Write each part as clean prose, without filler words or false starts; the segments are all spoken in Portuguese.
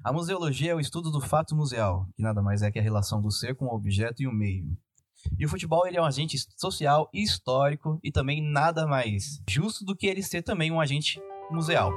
A museologia é o estudo do fato museal, que nada mais é que a relação do ser com o objeto e o meio. E o futebol ele é um agente social e histórico e também nada mais justo do que ele ser também um agente museal.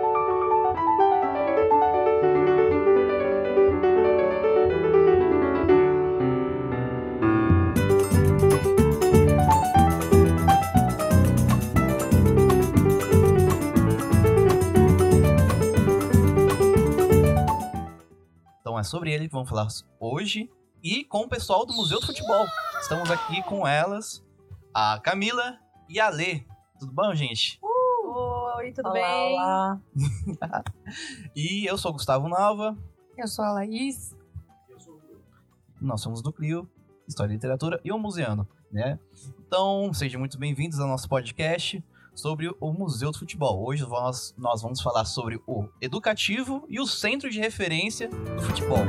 Então é sobre ele que vamos falar hoje e com o pessoal do Museu do Futebol. Estamos aqui com elas, a Camila e a Lê. Tudo bom, gente? Oi, tudo bem? Olá. E eu sou o Gustavo Nova. Eu sou a Laís. Nós somos do CLIO, História e Literatura e o Museano, né? Então, sejam muito bem-vindos ao nosso podcast sobre o Museu do Futebol. Hoje nós vamos falar sobre o educativo e o centro de referência do futebol.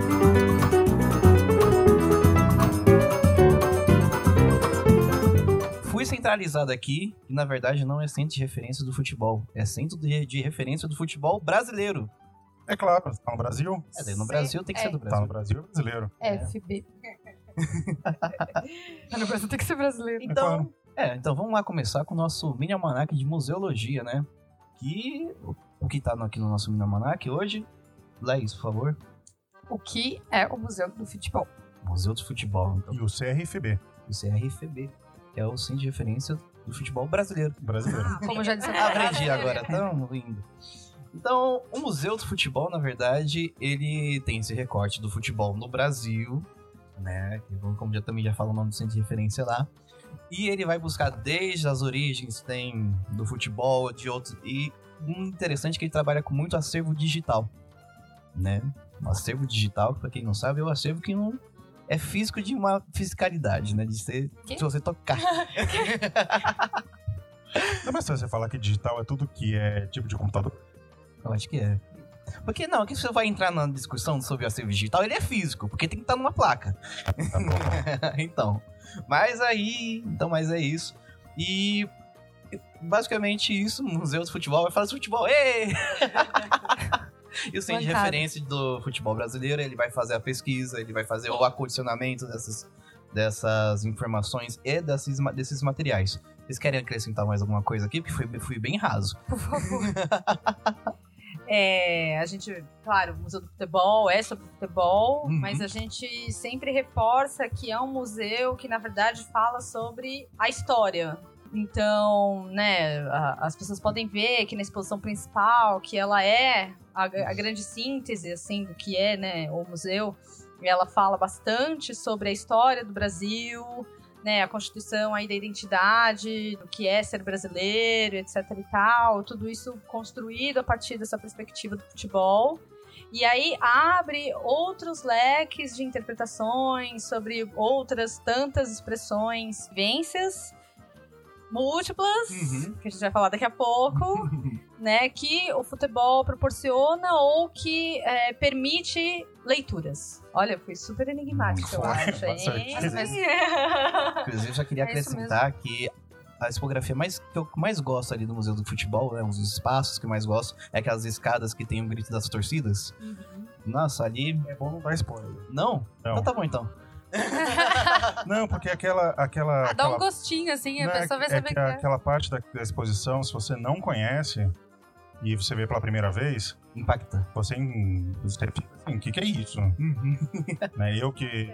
Fui centralizado aqui, e na verdade não é centro de referência do futebol, é centro de referência do futebol brasileiro. É claro, tá no Brasil? No Brasil tem que ser do Brasil. Tá no Brasil, é brasileiro. FB. No Brasil tem que ser brasileiro. Então vamos lá começar com o nosso mini almanac de museologia, né? O que tá aqui no nosso mini almanac hoje? Laís, por favor. O que é o Museu do Futebol? Museu do Futebol. Então. E o CRFB. O CRFB, que é o Centro de Referência do Futebol Brasileiro. Como já disse. Aprendi agora, tão lindo. Então, o Museu do Futebol, na verdade, ele tem esse recorte do futebol no Brasil, né? Como também já fala o nome do centro de referência lá. E ele vai buscar desde as origens do futebol, de outros. E interessante que ele trabalha com muito acervo digital, né? Um acervo digital, pra quem não sabe, é o acervo que não é físico de uma fisicalidade, né? Se você tocar. Não, mas se você falar que digital é tudo que é tipo de computador? Eu acho que é. Porque não, que você vai entrar na discussão sobre o acervo digital, ele é físico, porque tem que estar numa placa. Tá bom. Então, mas é isso. E basicamente isso, o Museu do Futebol vai falar de futebol. Ei! E o centro de referência do futebol brasileiro, ele vai fazer a pesquisa, ele vai fazer o acondicionamento dessas informações e desses materiais. Vocês querem acrescentar mais alguma coisa aqui? Porque fui bem raso. Por favor. A gente, claro, o Museu do Futebol é sobre futebol, mas a gente sempre reforça que é um museu que, na verdade, fala sobre a história. Então, né, as pessoas podem ver que na exposição principal, que ela é a grande síntese, assim, do que é, né, o museu. Ela fala bastante sobre a história do Brasil, né, a constituição aí da identidade, do que é ser brasileiro, etc e tal, tudo isso construído a partir dessa perspectiva do futebol. E aí abre outros leques de interpretações sobre outras tantas expressões, vivências múltiplas, que a gente vai falar daqui a pouco, né, que o futebol proporciona ou que permite leituras. Olha, foi super enigmático, eu acho, hein? Inclusive, eu já queria acrescentar que a tipografia que eu mais gosto ali do Museu do Futebol, né, um dos espaços que eu mais gosto, é aquelas escadas que tem o grito das torcidas. Nossa, ali... É bom não dar spoiler. Não? Então tá bom, então. Não, porque aquela dá um gostinho, assim, a pessoa vai saber que é. Aquela parte da exposição, se você não conhece e você vê pela primeira vez, impacta. Você fica assim, o que é isso? Né? Eu que...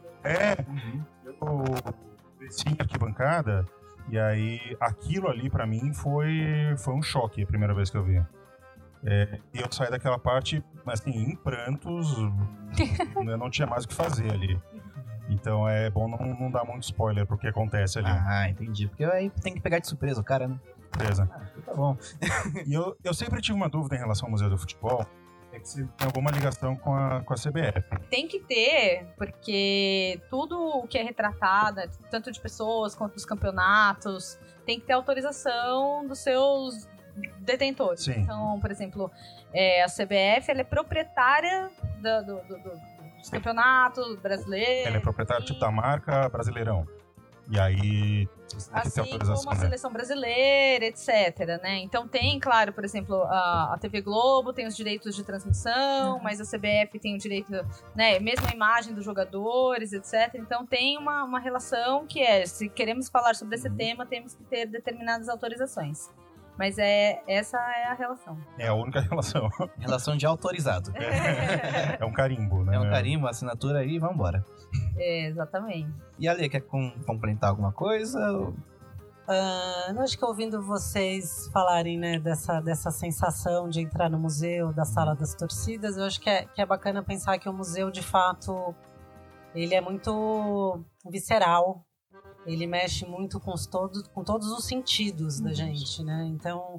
Eu desci em arquibancada e aí aquilo ali pra mim foi um choque a primeira vez que eu vi. E eu saí daquela parte, assim, em prantos, eu não tinha mais o que fazer ali. Então é bom não dar muito spoiler pro que acontece ali. Ah, entendi. Porque aí tem que pegar de surpresa o cara, né? Surpresa. Tá bom. E eu sempre tive uma dúvida em relação ao Museu do Futebol, é que se tem alguma ligação com a CBF. Tem que ter, porque tudo o que é retratado, tanto de pessoas quanto dos campeonatos, tem que ter autorização dos seus detentores. Sim. Então, por exemplo, a CBF ela é proprietária dos campeonatos brasileiros. Ela é proprietária tipo da marca Brasileirão. E aí assim como a seleção brasileira, etc, né? Então tem, claro, por exemplo, a TV Globo tem os direitos de transmissão, mas a CBF tem o direito, né? Mesmo a imagem dos jogadores, etc. Então tem uma relação que se queremos falar sobre esse tema, temos que ter determinadas autorizações. Mas essa é a relação. É a única relação. Relação de autorizado. É um carimbo, né? É um carimbo, assinatura aí e vambora. Exatamente. E a Lê, quer complementar alguma coisa? Acho que ouvindo vocês falarem, né, dessa sensação de entrar no museu, da sala das torcidas, eu acho que é bacana pensar que o museu, de fato, ele é muito visceral. Ele mexe muito com todos os sentidos da gente, né? Então,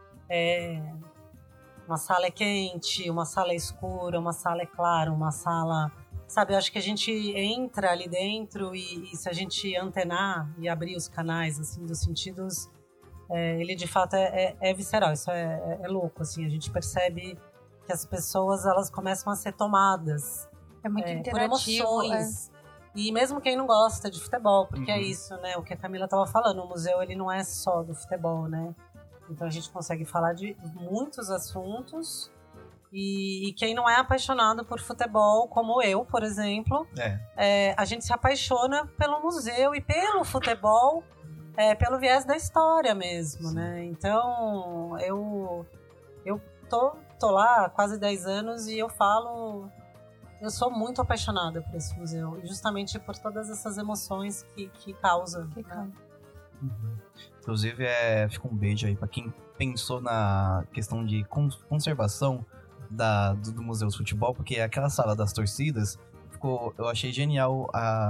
uma sala é quente, uma sala é escura, uma sala é clara, uma sala... Sabe, eu acho que a gente entra ali dentro e se a gente antenar e abrir os canais, assim, dos sentidos, ele de fato é visceral. Isso é louco, assim. A gente percebe que as pessoas, elas começam a ser tomadas muito por emoções. E mesmo quem não gosta de futebol, porque é isso, né? O que a Camila estava falando, o museu ele não é só do futebol, né? Então a gente consegue falar de muitos assuntos e quem não é apaixonado por futebol, como eu, por exemplo, a gente se apaixona pelo museu e pelo futebol, pelo viés da história mesmo, né? Então eu tô lá há quase 10 anos e eu sou muito apaixonada por esse museu, justamente por todas essas emoções que causa. Né? Inclusive, fica um beijo aí pra quem pensou na questão de conservação do Museu do Futebol, porque aquela sala das torcidas, eu achei genial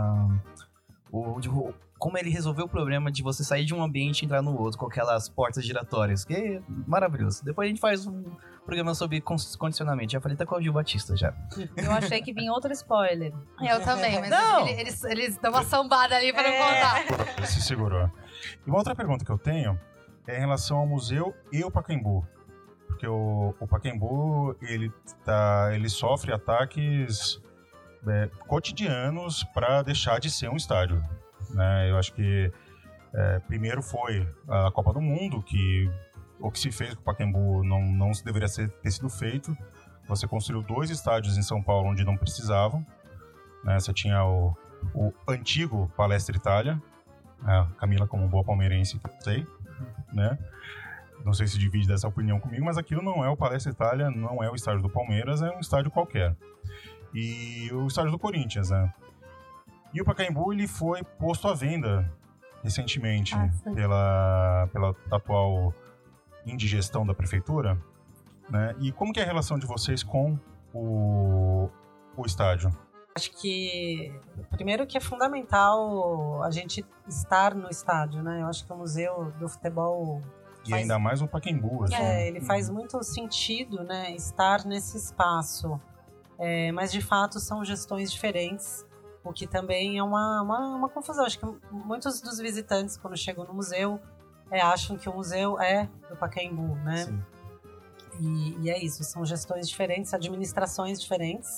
como ele resolveu o problema de você sair de um ambiente e entrar no outro, com aquelas portas giratórias, que é maravilhoso. Depois a gente faz um programa sobre condicionamento. Já falei até com o Gil Batista, já. Eu achei que vinha outro spoiler. Eu também, mas não. Eles dão uma sambada ali pra não contar. Ele se segurou. E uma outra pergunta que eu tenho é em relação ao museu e o Pacaembu. Porque o Pacaembu, ele sofre ataques cotidianos para deixar de ser um estádio. Né? Eu acho que primeiro foi a Copa do Mundo, que o que se fez com o Pacaembu não deveria ter sido feito. Você construiu 2 estádios em São Paulo onde não precisavam. Né? Você tinha o antigo Palestra Itália, a Camila como boa palmeirense, que eu sei, né? Não sei se divide dessa opinião comigo, mas aquilo não é o Palestra Itália, não é o estádio do Palmeiras, é um estádio qualquer. E o estádio do Corinthians, né? E o Pacaembu, ele foi posto à venda recentemente pela atual indigestão da prefeitura, né? E como que é a relação de vocês com o estádio? Acho que, primeiro que é fundamental a gente estar no estádio, né? Eu acho que o Museu do Futebol... E ainda mais o Pacaembu. Assim. Ele faz muito sentido, né, estar nesse espaço. Mas, de fato, são gestões diferentes, o que também é uma confusão. Acho que muitos dos visitantes, quando chegam no museu, acham que o museu é do Pacaembu, né? Sim. E é isso, são gestões diferentes, administrações diferentes.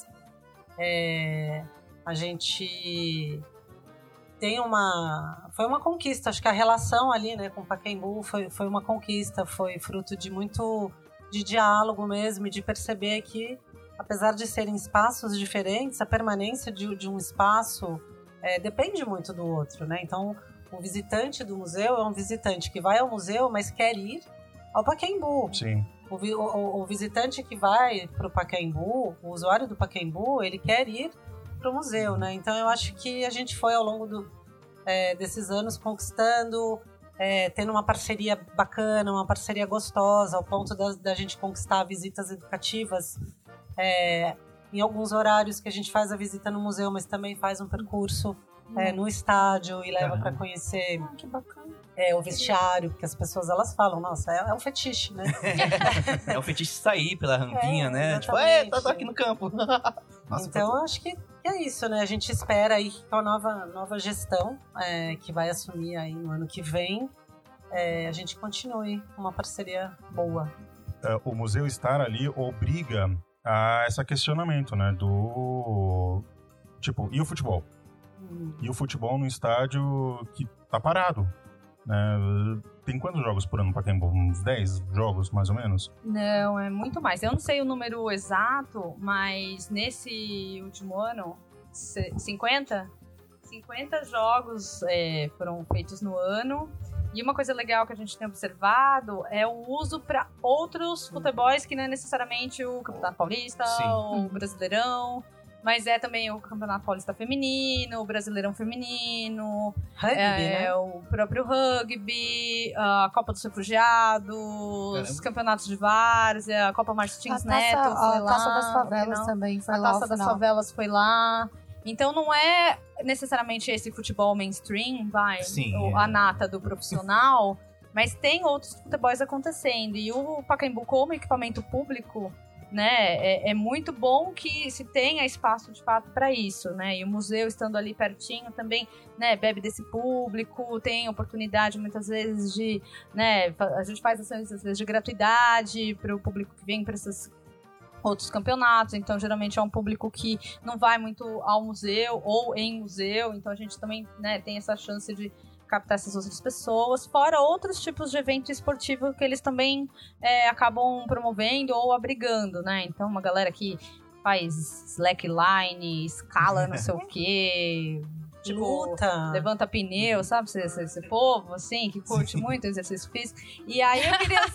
A gente tem foi uma conquista, acho que a relação ali, né, com o Pacaembu foi uma conquista, foi fruto de muito de diálogo mesmo, e de perceber que, apesar de serem espaços diferentes, a permanência de um espaço depende muito do outro, né? Então, o visitante do museu é um visitante que vai ao museu, mas quer ir ao Pacaembu. Sim. O visitante que vai para o Pacaembu, o usuário do Pacaembu, ele quer ir para o museu, né? Então, eu acho que a gente foi, ao longo desses anos, conquistando, tendo uma parceria bacana, uma parceria gostosa, ao ponto da gente conquistar visitas educativas em alguns horários que a gente faz a visita no museu, mas também faz um percurso no estádio e leva para conhecer que bacana. O vestiário, porque as pessoas elas falam, nossa, é um fetiche, né? É um fetiche sair pela rampinha, né? Exatamente. Tipo, tô aqui no campo. Nossa, então, acho que é isso, né? A gente espera aí que com a nova gestão que vai assumir aí no ano que vem, a gente continue uma parceria boa. O museu estar ali obriga a esse questionamento, né? Do tipo, e o futebol? E o futebol no estádio que tá parado, né? Tem quantos jogos por ano no Pacaembu? Uns 10 jogos, mais ou menos? Não, é muito mais. Eu não sei o número exato, mas nesse último ano, 50 jogos foram feitos no ano. E uma coisa legal que a gente tem observado é o uso para outros futebols, que não é necessariamente o Campeonato Paulista, ou o Brasileirão, mas é também o Campeonato Paulista Feminino, o Brasileirão Feminino, Rugby, né? o próprio rugby, a Copa dos Refugiados, os campeonatos de várzea, a Copa Martins Neto foi lá. A Taça das Favelas também foi lá. A Taça das Favelas foi lá. Então não é necessariamente esse futebol mainstream, a nata do profissional, mas tem outros futebols acontecendo. E o Pacaembu, como equipamento público, né, é muito bom que se tenha espaço de fato para isso, né? E o museu estando ali pertinho também, né, bebe desse público, tem oportunidade muitas vezes de, né, a gente faz ações às vezes de gratuidade para o público que vem para esses outros campeonatos, então geralmente é um público que não vai muito ao museu ou em museu, então a gente também, né, tem essa chance de captar essas outras pessoas, fora outros tipos de evento esportivo que eles também acabam promovendo ou abrigando, né? Então uma galera que faz slackline, escala não sei o quê, tipo, luta, levanta pneu, sabe? Esse povo, assim, que curte muito exercício físico. E aí eu queria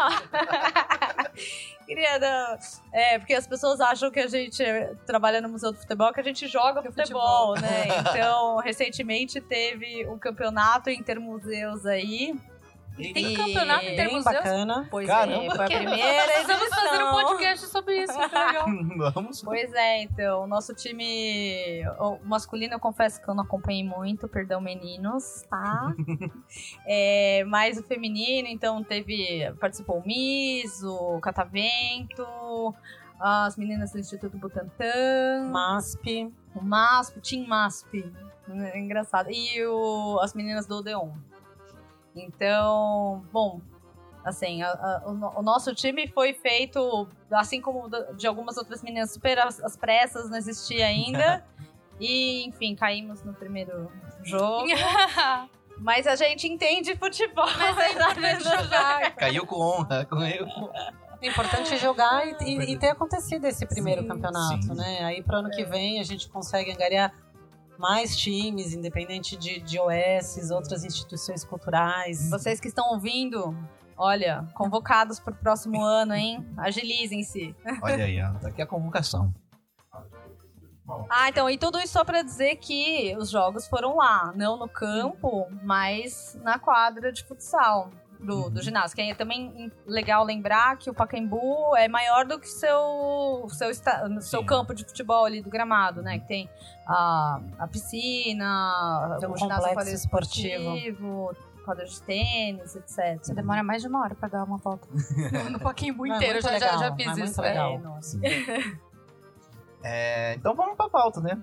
porque as pessoas acham que a gente trabalha no Museu do Futebol, que a gente joga futebol, né? Então, recentemente teve um campeonato intermuseus aí. Tem campeonato intermuseus? Bacana. Pois Caramba. foi a primeira Precisamos fazer um podcast sobre isso, que legal. Vamos. Pois é, então, o nosso time o masculino, eu confesso que eu não acompanhei muito, perdão meninos, tá? Mas o feminino, então, participou o Miss, o Catavento, as meninas do Instituto Butantan, MASP, o MASP, o Team MASP, é engraçado, e as meninas do Odeon. Então, bom, assim, o nosso time foi feito, assim como de algumas outras meninas, super às pressas, não existia ainda. E, enfim, caímos no primeiro jogo. Mas a gente entende futebol. Mas ainda deve jogar. Caiu com honra. É importante jogar e ter acontecido esse primeiro campeonato, sim. né? Aí pro ano que vem a gente consegue angariar mais times, independente de OS, outras instituições culturais. Vocês que estão ouvindo, olha, convocados pro próximo ano, hein? Agilizem-se. Olha aí, ó, tá aqui a convocação. Então, e tudo isso só pra dizer que os jogos foram lá, não no campo, mas na quadra de futsal do ginásio. Que é também legal lembrar que o Pacaembu é maior do que seu campo de futebol ali do gramado, né? Que tem a piscina, Tem um o ginásio complexo esportivo, quadra de tênis, etc. Você demora mais de uma hora pra dar uma volta no Pacaembu Não, é inteiro. muito Já legal, fiz é isso. muito legal. Nossa. Então vamos pra pauta, né?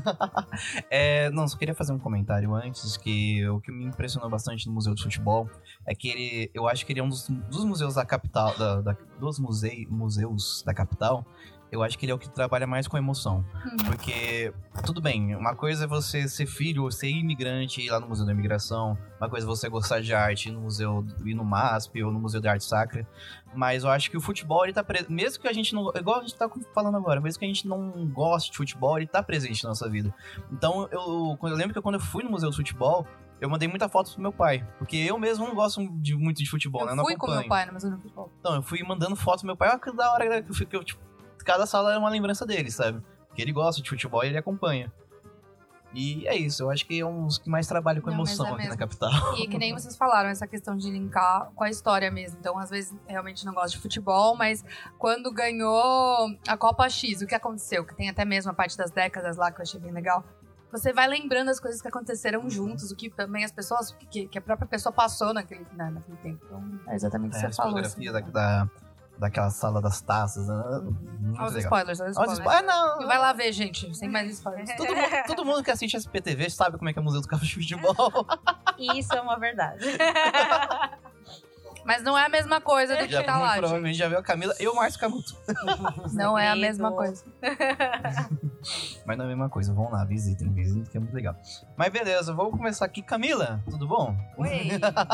Só queria fazer um comentário antes, que o que me impressionou bastante no Museu do Futebol é que eu acho que ele é um dos museus da capital, dos museus da capital. Eu acho que ele é o que trabalha mais com emoção. Porque, tudo bem, uma coisa é você ser filho ou ser imigrante e ir lá no Museu da Imigração. Uma coisa é você gostar de arte ir no MASP ou no Museu de Arte Sacra. Mas eu acho que o futebol, ele tá presente. Mesmo que a gente não... Igual a gente tá falando agora, mesmo que a gente não goste de futebol, ele tá presente na nossa vida. Então, eu lembro que quando eu fui no Museu do Futebol, eu mandei muita foto pro meu pai. Porque eu mesmo não gosto muito de futebol, né? Eu não fui com acompanho. meu pai no Museu do Futebol. Então, eu fui mandando foto pro meu pai. Olha que da hora que eu tipo, cada sala é uma lembrança dele, sabe? Porque ele gosta de futebol e ele acompanha. E é isso, eu acho que é um dos que mais trabalham com emoção aqui mesmo. na capital. E que nem vocês falaram, essa questão de linkar com a história mesmo. Então, às vezes, realmente não gosto de futebol, mas quando ganhou a Copa X, o que aconteceu? Que tem até mesmo a parte das décadas lá, que eu achei bem legal. Você vai lembrando as coisas que aconteceram juntos, o que também as pessoas, que a própria pessoa passou naquele tempo. Então, é exatamente o que você falou. A fotografia daquela sala das taças, muito Olha os legal. spoilers. Não! Vai lá ver, gente, sem mais spoilers. Todo mundo que assiste SPTV sabe como é que é o Museu do Campo de Futebol. Isso é uma verdade. Mas não é a mesma coisa do que Já, tá lá, provavelmente já viu a Camila e o Márcio Canuto. Não é a mesma coisa. Mas não é a mesma coisa. Vamos lá, visitem que é muito legal. Mas beleza, vamos começar aqui. Camila, tudo bom? Oi.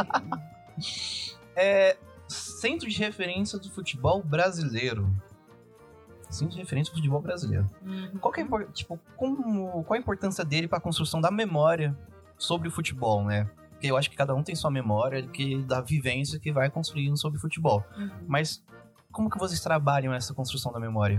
Centro de referência do futebol brasileiro. Centro de referência do futebol brasileiro. Qual que é, qual a importância dele para a construção da memória sobre o futebol, né? Porque eu acho que cada um tem sua memória da vivência que vai construindo sobre o futebol. Mas como que vocês trabalham essa construção da memória?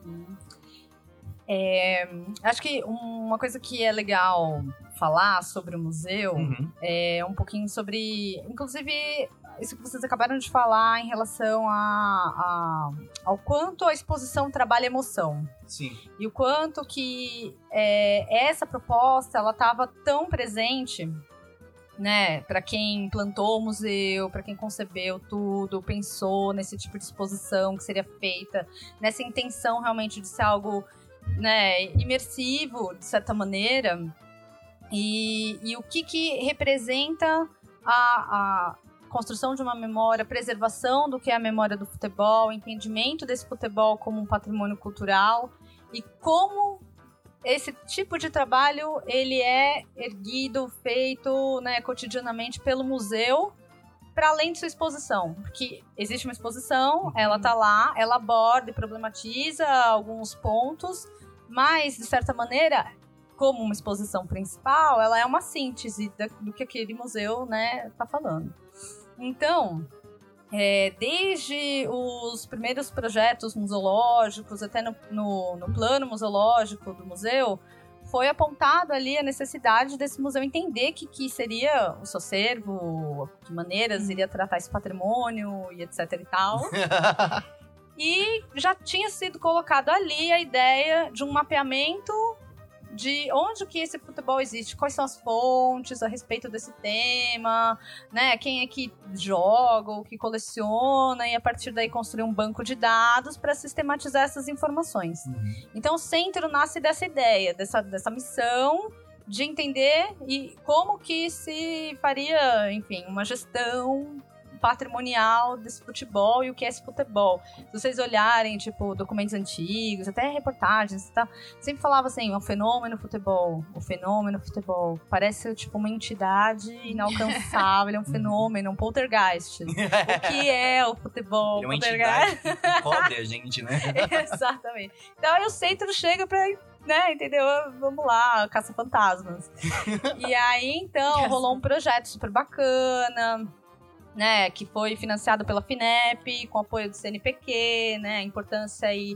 Acho que uma coisa que é legal falar sobre o museu é um pouquinho sobre, inclusive, isso que vocês acabaram de falar em relação ao quanto a exposição trabalha emoção. Sim. E o quanto que essa proposta, ela estava tão presente, né, para quem implantou o museu, para quem concebeu tudo, pensou nesse tipo de exposição que seria feita, nessa intenção realmente de ser algo, né, imersivo, de certa maneira, e o que representa a construção de uma memória, preservação do que é a memória do futebol, entendimento desse futebol como um patrimônio cultural, e como esse tipo de trabalho ele é erguido, feito, né, cotidianamente pelo museu, para além de sua exposição. Porque existe uma exposição, ela tá lá, ela aborda e problematiza alguns pontos, mas, de certa maneira, como uma exposição principal, ela é uma síntese do que aquele museu, né, tá falando. Então, desde os primeiros projetos museológicos, até no plano museológico do museu, foi apontado ali a necessidade desse museu entender que seria o seu acervo, que maneiras iria tratar esse patrimônio e etc e tal. E já tinha sido colocado ali a ideia de um mapeamento de onde que esse futebol existe, quais são as fontes a respeito desse tema, né? Quem é que joga, ou que coleciona, e a partir daí construir um banco de dados para sistematizar essas informações. Então o centro nasce dessa ideia, dessa missão de entender e como que se faria, enfim, uma gestão patrimonial desse futebol e o que é esse futebol. Se vocês olharem, tipo, documentos antigos, até reportagens, tá? Sempre falava assim, o fenômeno futebol, parece, tipo, uma entidade inalcançável, é um fenômeno, um poltergeist. O que é o futebol? É uma entidade que cobre a gente, né? Exatamente. Então aí o centro chega pra, né, entendeu? Vamos lá, caça-fantasmas. E aí, então, rolou um projeto super bacana, né, que foi financiado pela FINEP, com apoio do CNPq, né, a importância aí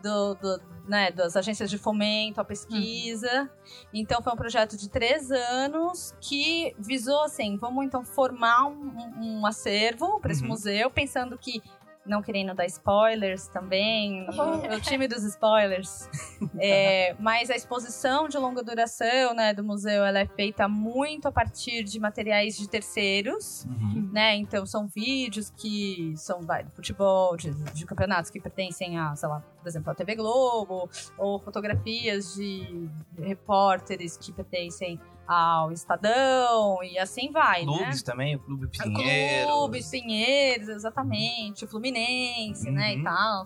né, das agências de fomento à pesquisa. Então foi um projeto de 3 anos que visou, assim, vamos então formar um acervo para esse museu, pensando que, não querendo dar spoilers também, o time dos spoilers, mas a exposição de longa duração, né, do museu, ela é feita muito a partir de materiais de terceiros, né, então são vídeos que são do futebol, de campeonatos que pertencem a, sei lá, por exemplo, a TV Globo, ou fotografias de repórteres que pertencem ao Estadão, e assim vai, Clubes, né? Também, o Clube Pinheiros. Clubes, Pinheiros, exatamente, o Fluminense, né, e tal.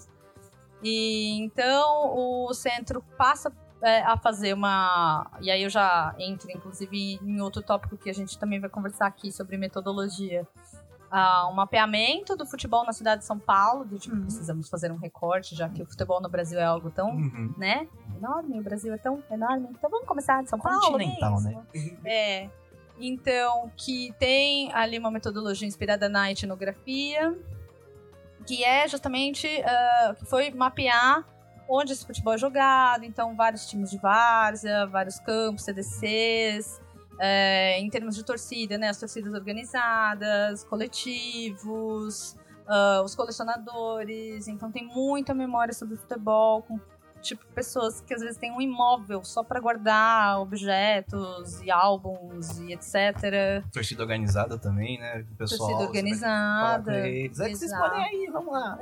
E então o centro passa a fazer uma... E aí eu já entro, inclusive, em outro tópico que a gente também vai conversar aqui sobre metodologia. Um mapeamento do futebol na cidade de São Paulo, do tipo, precisamos fazer um recorte, já que o futebol no Brasil é algo tão, né, enorme, o Brasil é tão enorme, então vamos começar de São Paulo continental, mesmo. Né? Então, que tem ali uma metodologia inspirada na etnografia, que é justamente, que foi mapear onde esse futebol é jogado, então vários times de várzea, vários campos, CDCs, em termos de torcida, né, as torcidas organizadas, coletivos, os colecionadores, então tem muita memória sobre futebol, com tipo pessoas que às vezes têm um imóvel só para guardar objetos e álbuns e etc. Torcida organizada também, né? O pessoal, torcida organizada. Eles. É que vocês podem aí, vamos lá.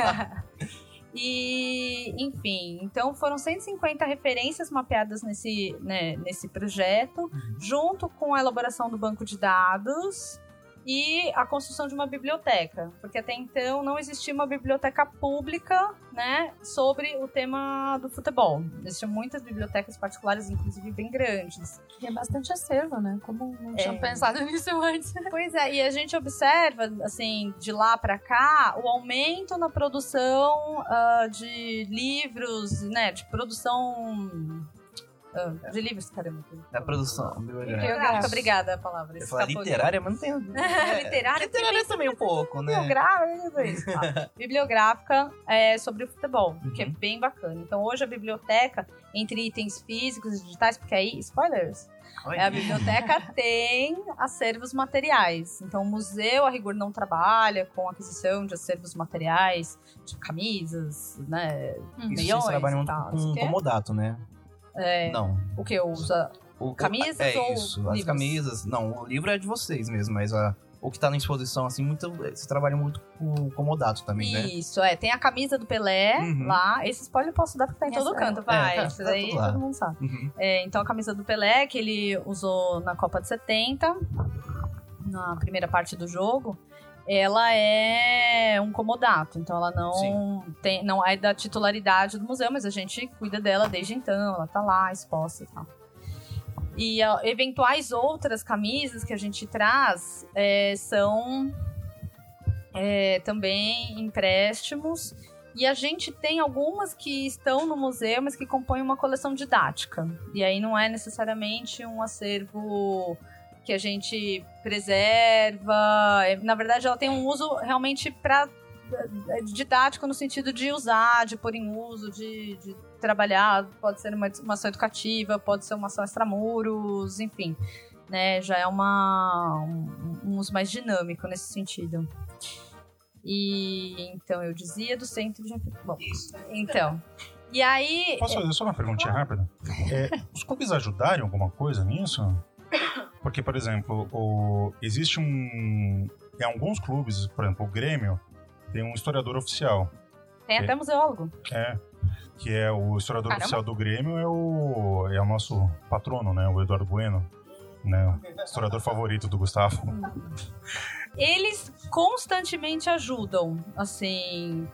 E, enfim, então foram 150 referências mapeadas nesse projeto, junto com a elaboração do banco de dados, e a construção de uma biblioteca, porque até então não existia uma biblioteca pública, né, sobre o tema do futebol. Existiam muitas bibliotecas particulares, inclusive bem grandes. E é bastante acervo, né? Como não tinha pensado nisso antes. Pois é, e a gente observa, assim, de lá pra cá, o aumento na produção de livros, né, de produção... de livros, caramba. Da produção. Bibliográfica, obrigada a palavra. Eu falar literária, mas não tem... Literária também um pouco, né? Bibliográfica sobre o futebol, que é bem bacana. Então, hoje a biblioteca, entre itens físicos e digitais, porque aí, spoilers, a biblioteca tem acervos materiais. Então, o museu, a rigor, não trabalha com aquisição de acervos materiais, de camisas, né, Isso vocês trabalham com comodato, né? Não. O que usa? Camisas ou isso, livros? as camisas. Não, o livro é de vocês mesmo, mas o que tá na exposição, assim, vocês trabalham muito com comodato também, né? Isso, tem a camisa do Pelé lá. Esse spoiler eu posso dar porque tá em todo canto, vai. Isso daí todo mundo sabe. Então, a camisa do Pelé, que ele usou na Copa de 70, na primeira parte do jogo, ela é um comodato, então ela não é da titularidade do museu, mas a gente cuida dela desde então, ela tá lá exposta e tal. E eventuais outras camisas que a gente traz são também empréstimos, e a gente tem algumas que estão no museu, mas que compõem uma coleção didática, e aí não é necessariamente um acervo que a gente preserva. Na verdade, ela tem um uso realmente didático, no sentido de usar, de pôr em uso, de trabalhar. Pode ser uma ação educativa, pode ser uma ação extramuros, enfim. Né? Já é um uso mais dinâmico nesse sentido. E então, eu dizia do centro de... Bom, então... E aí... Posso fazer só uma perguntinha rápida? Os clubes ajudaram em alguma coisa nisso? Porque, por exemplo, existe em alguns clubes, por exemplo, o Grêmio, tem um historiador oficial. Tem até museólogo. Que é o historiador oficial do Grêmio, é o nosso patrono, né? O Eduardo Bueno, né? O historiador favorito do Gustavo. Eles constantemente ajudam, assim,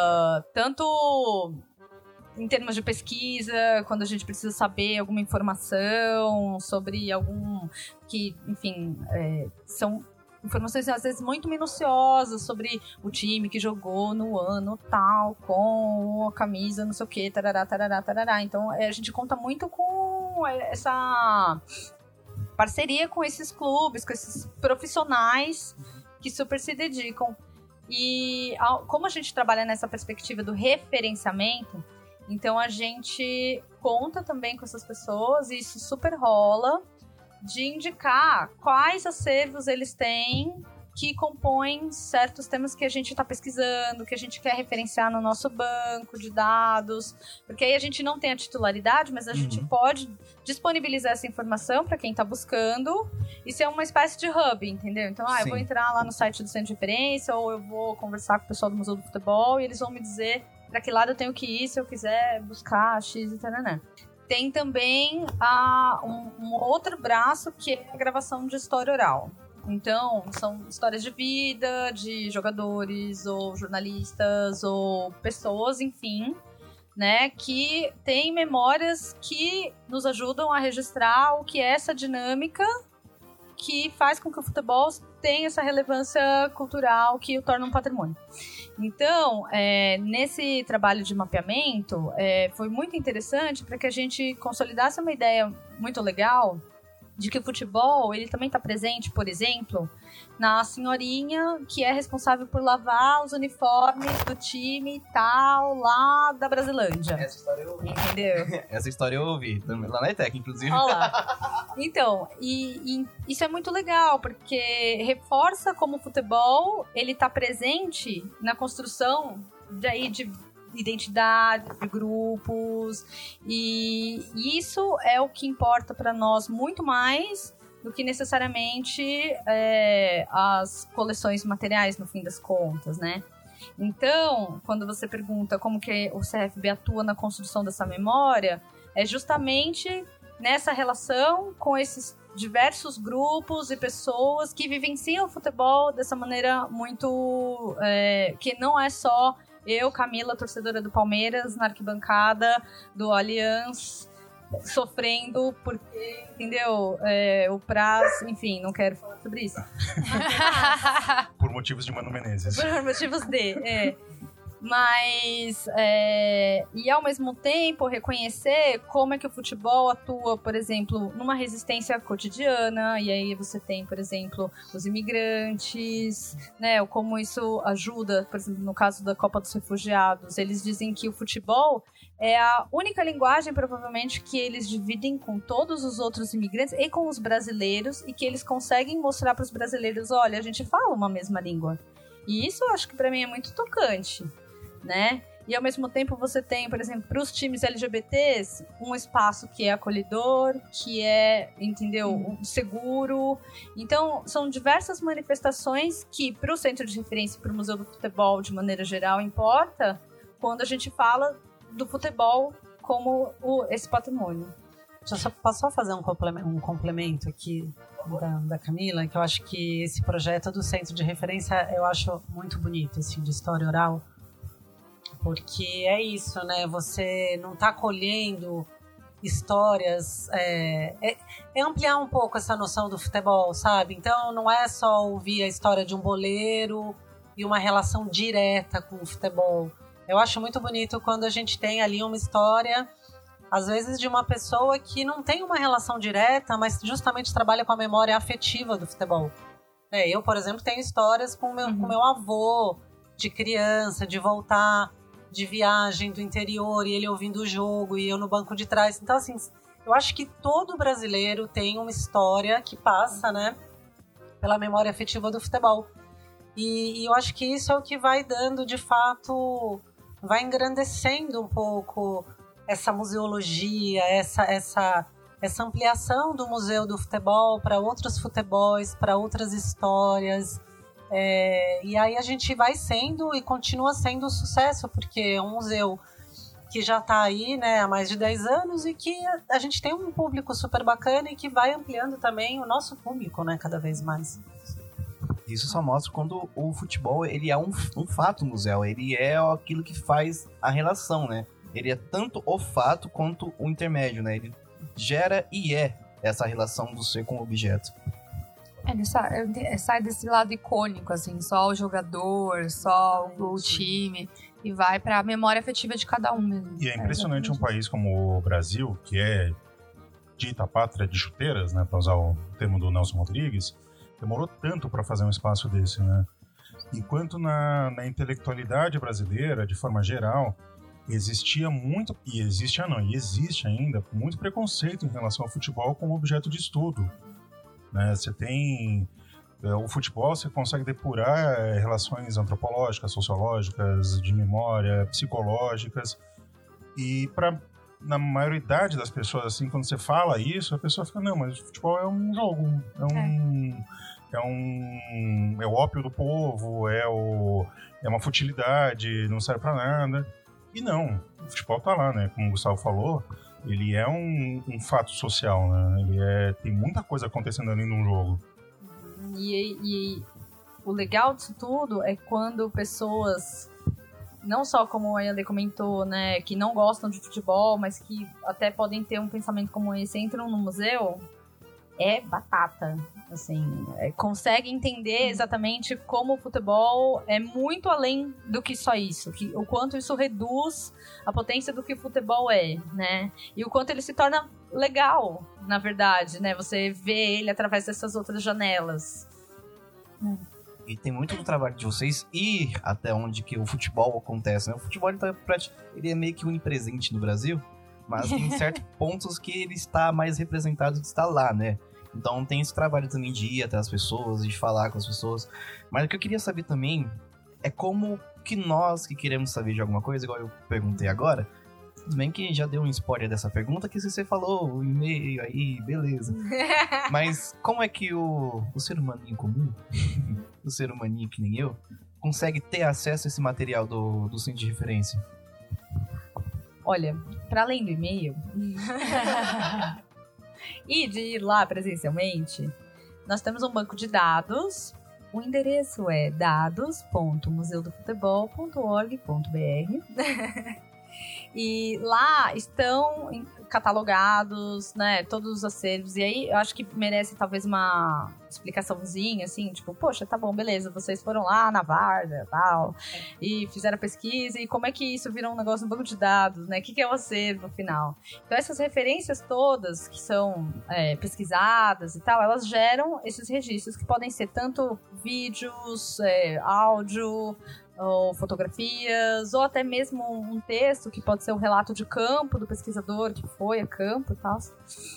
tanto... em termos de pesquisa, quando a gente precisa saber alguma informação sobre que, enfim, são informações às vezes muito minuciosas sobre o time que jogou no ano tal, com a camisa não sei o que, tarará, tarará, tarará. Então, a gente conta muito com essa parceria com esses clubes, com esses profissionais que super se dedicam. E como a gente trabalha nessa perspectiva do referenciamento, então a gente conta também com essas pessoas, e isso super rola, de indicar quais acervos eles têm que compõem certos temas que a gente está pesquisando, que a gente quer referenciar no nosso banco de dados, porque aí a gente não tem a titularidade, mas a gente pode disponibilizar essa informação para quem está buscando, e ser uma espécie de hub, entendeu? Então, eu vou entrar lá no site do Centro de Referência, ou eu vou conversar com o pessoal do Museu do Futebol, e eles vão me dizer para que lado eu tenho que ir se eu quiser buscar X e tal. Tem também um outro braço, que é a gravação de história oral. Então, são histórias de vida, de jogadores, ou jornalistas, ou pessoas, enfim, né, que têm memórias que nos ajudam a registrar o que é essa dinâmica que faz com que o futebol tenha essa relevância cultural que o torna um patrimônio. Então, nesse trabalho de mapeamento, foi muito interessante para que a gente consolidasse uma ideia muito legal de que o futebol, ele também está presente, por exemplo, na senhorinha que é responsável por lavar os uniformes do time tal, lá da Brasilândia. Essa história eu ouvi. Entendeu? Essa história eu ouvi, lá na ETEC, inclusive. Olha lá. Então, e isso é muito legal, porque reforça como o futebol, ele está presente na construção de identidade, de grupos, e isso é o que importa para nós muito mais do que necessariamente as coleções materiais, no fim das contas, né? Então, quando você pergunta como que o CFB atua na construção dessa memória, é justamente nessa relação com esses diversos grupos e pessoas que vivenciam o futebol dessa maneira muito... que não é só eu, Camila, torcedora do Palmeiras, na arquibancada do Allianz, sofrendo porque, entendeu? O Praz, enfim, não quero falar sobre isso. Por motivos de Mano Menezes. Por motivos Mas, e ao mesmo tempo, reconhecer como é que o futebol atua, por exemplo, numa resistência cotidiana, e aí você tem, por exemplo, os imigrantes, né, ou como isso ajuda, por exemplo, no caso da Copa dos Refugiados, eles dizem que o futebol é a única linguagem, provavelmente, que eles dividem com todos os outros imigrantes e com os brasileiros, e que eles conseguem mostrar para os brasileiros, olha, a gente fala uma mesma língua. E isso eu acho que para mim é muito tocante, né? E ao mesmo tempo você tem, por exemplo, para os times LGBTs, um espaço que é acolhedor, que é, entendeu, seguro. Então, são diversas manifestações que para o Centro de Referência e para o Museu do Futebol, de maneira geral, importa quando a gente fala do futebol como esse patrimônio. Posso só fazer um complemento aqui da Camila, que eu acho que esse projeto do Centro de Referência eu acho muito bonito, assim, de história oral. Porque é isso, né? Você não está colhendo histórias... É ampliar um pouco essa noção do futebol, sabe? Então, não é só ouvir a história de um boleiro e uma relação direta com o futebol. Eu acho muito bonito quando a gente tem ali uma história, às vezes, de uma pessoa que não tem uma relação direta, mas justamente trabalha com a memória afetiva do futebol. Eu, por exemplo, tenho histórias com meu avô, de criança, de voltar de viagem do interior e ele ouvindo o jogo e eu no banco de trás. Então, assim, eu acho que todo brasileiro tem uma história que passa, né, pela memória afetiva do futebol. E eu acho que isso é o que vai dando, de fato, vai engrandecendo um pouco essa museologia, essa ampliação do Museu do Futebol para outros futebols, para outras histórias. E aí a gente vai sendo e continua sendo um sucesso, porque é um museu que já está aí, né, há mais de 10 anos e que a gente tem um público super bacana e que vai ampliando também o nosso público, né, cada vez mais. Isso só mostra quando o futebol ele é um fato no museu, ele é aquilo que faz a relação, né? Ele é tanto o fato quanto o intermédio, né? Ele gera e é essa relação do ser com o objeto. Ele sai desse lado icônico, assim, só o jogador, só o time, e vai pra memória afetiva de cada um mesmo. E é impressionante um país como o Brasil, que é dita a pátria de chuteiras, né, pra usar o termo do Nelson Rodrigues, demorou tanto para fazer um espaço desse, né? Enquanto na intelectualidade brasileira, de forma geral, existia muito, e existe ainda, muito preconceito em relação ao futebol como objeto de estudo. Né? Você tem o futebol, você consegue depurar relações antropológicas, sociológicas, de memória, psicológicas, e na maioridade das pessoas, assim, quando você fala isso, a pessoa fica, não, mas o futebol é um jogo, é o ópio do povo, é uma futilidade, não serve pra nada. E não, o futebol tá lá, né? Como o Gustavo falou, ele é um fato social, né? Tem muita coisa acontecendo ali num jogo. E o legal disso tudo é quando pessoas, não só como a Yandê comentou, né, que não gostam de futebol, mas que até podem ter um pensamento como esse, entram no museu, é batata, assim, consegue entender exatamente como o futebol é muito além do que só isso, o quanto isso reduz a potência do que o futebol é, né, e o quanto ele se torna legal, na verdade, né, você vê ele através dessas outras janelas. E tem muito do trabalho de vocês ir até onde que o futebol acontece, né, o futebol ele é meio que onipresente no Brasil, mas tem certos pontos que ele está mais representado de estar lá, né? Então tem esse trabalho também de ir até as pessoas, de falar com as pessoas. Mas o que eu queria saber também é como que nós que queremos saber de alguma coisa, igual eu perguntei agora, tudo bem que já deu um spoiler dessa pergunta, que você falou o e-mail aí, beleza. Mas como é que o ser humaninho comum, o ser humaninho que nem eu, consegue ter acesso a esse material do centro de referência? Olha, para além do e-mail, e de ir lá presencialmente, nós temos um banco de dados. O endereço é dados.museudofutebol.org.br e lá estão catalogados, né, todos os acervos. E aí, eu acho que merece talvez uma explicaçãozinha, assim, tipo, poxa, tá bom, beleza, vocês foram lá na Várzea e tal, e fizeram pesquisa, e como é que isso virou um negócio no banco de dados, né? O que é o acervo, afinal? Então, essas referências todas que são pesquisadas e tal, elas geram esses registros que podem ser tanto vídeos, áudio, ou fotografias, ou até mesmo um texto que pode ser um relato de campo do pesquisador que foi a campo e tal.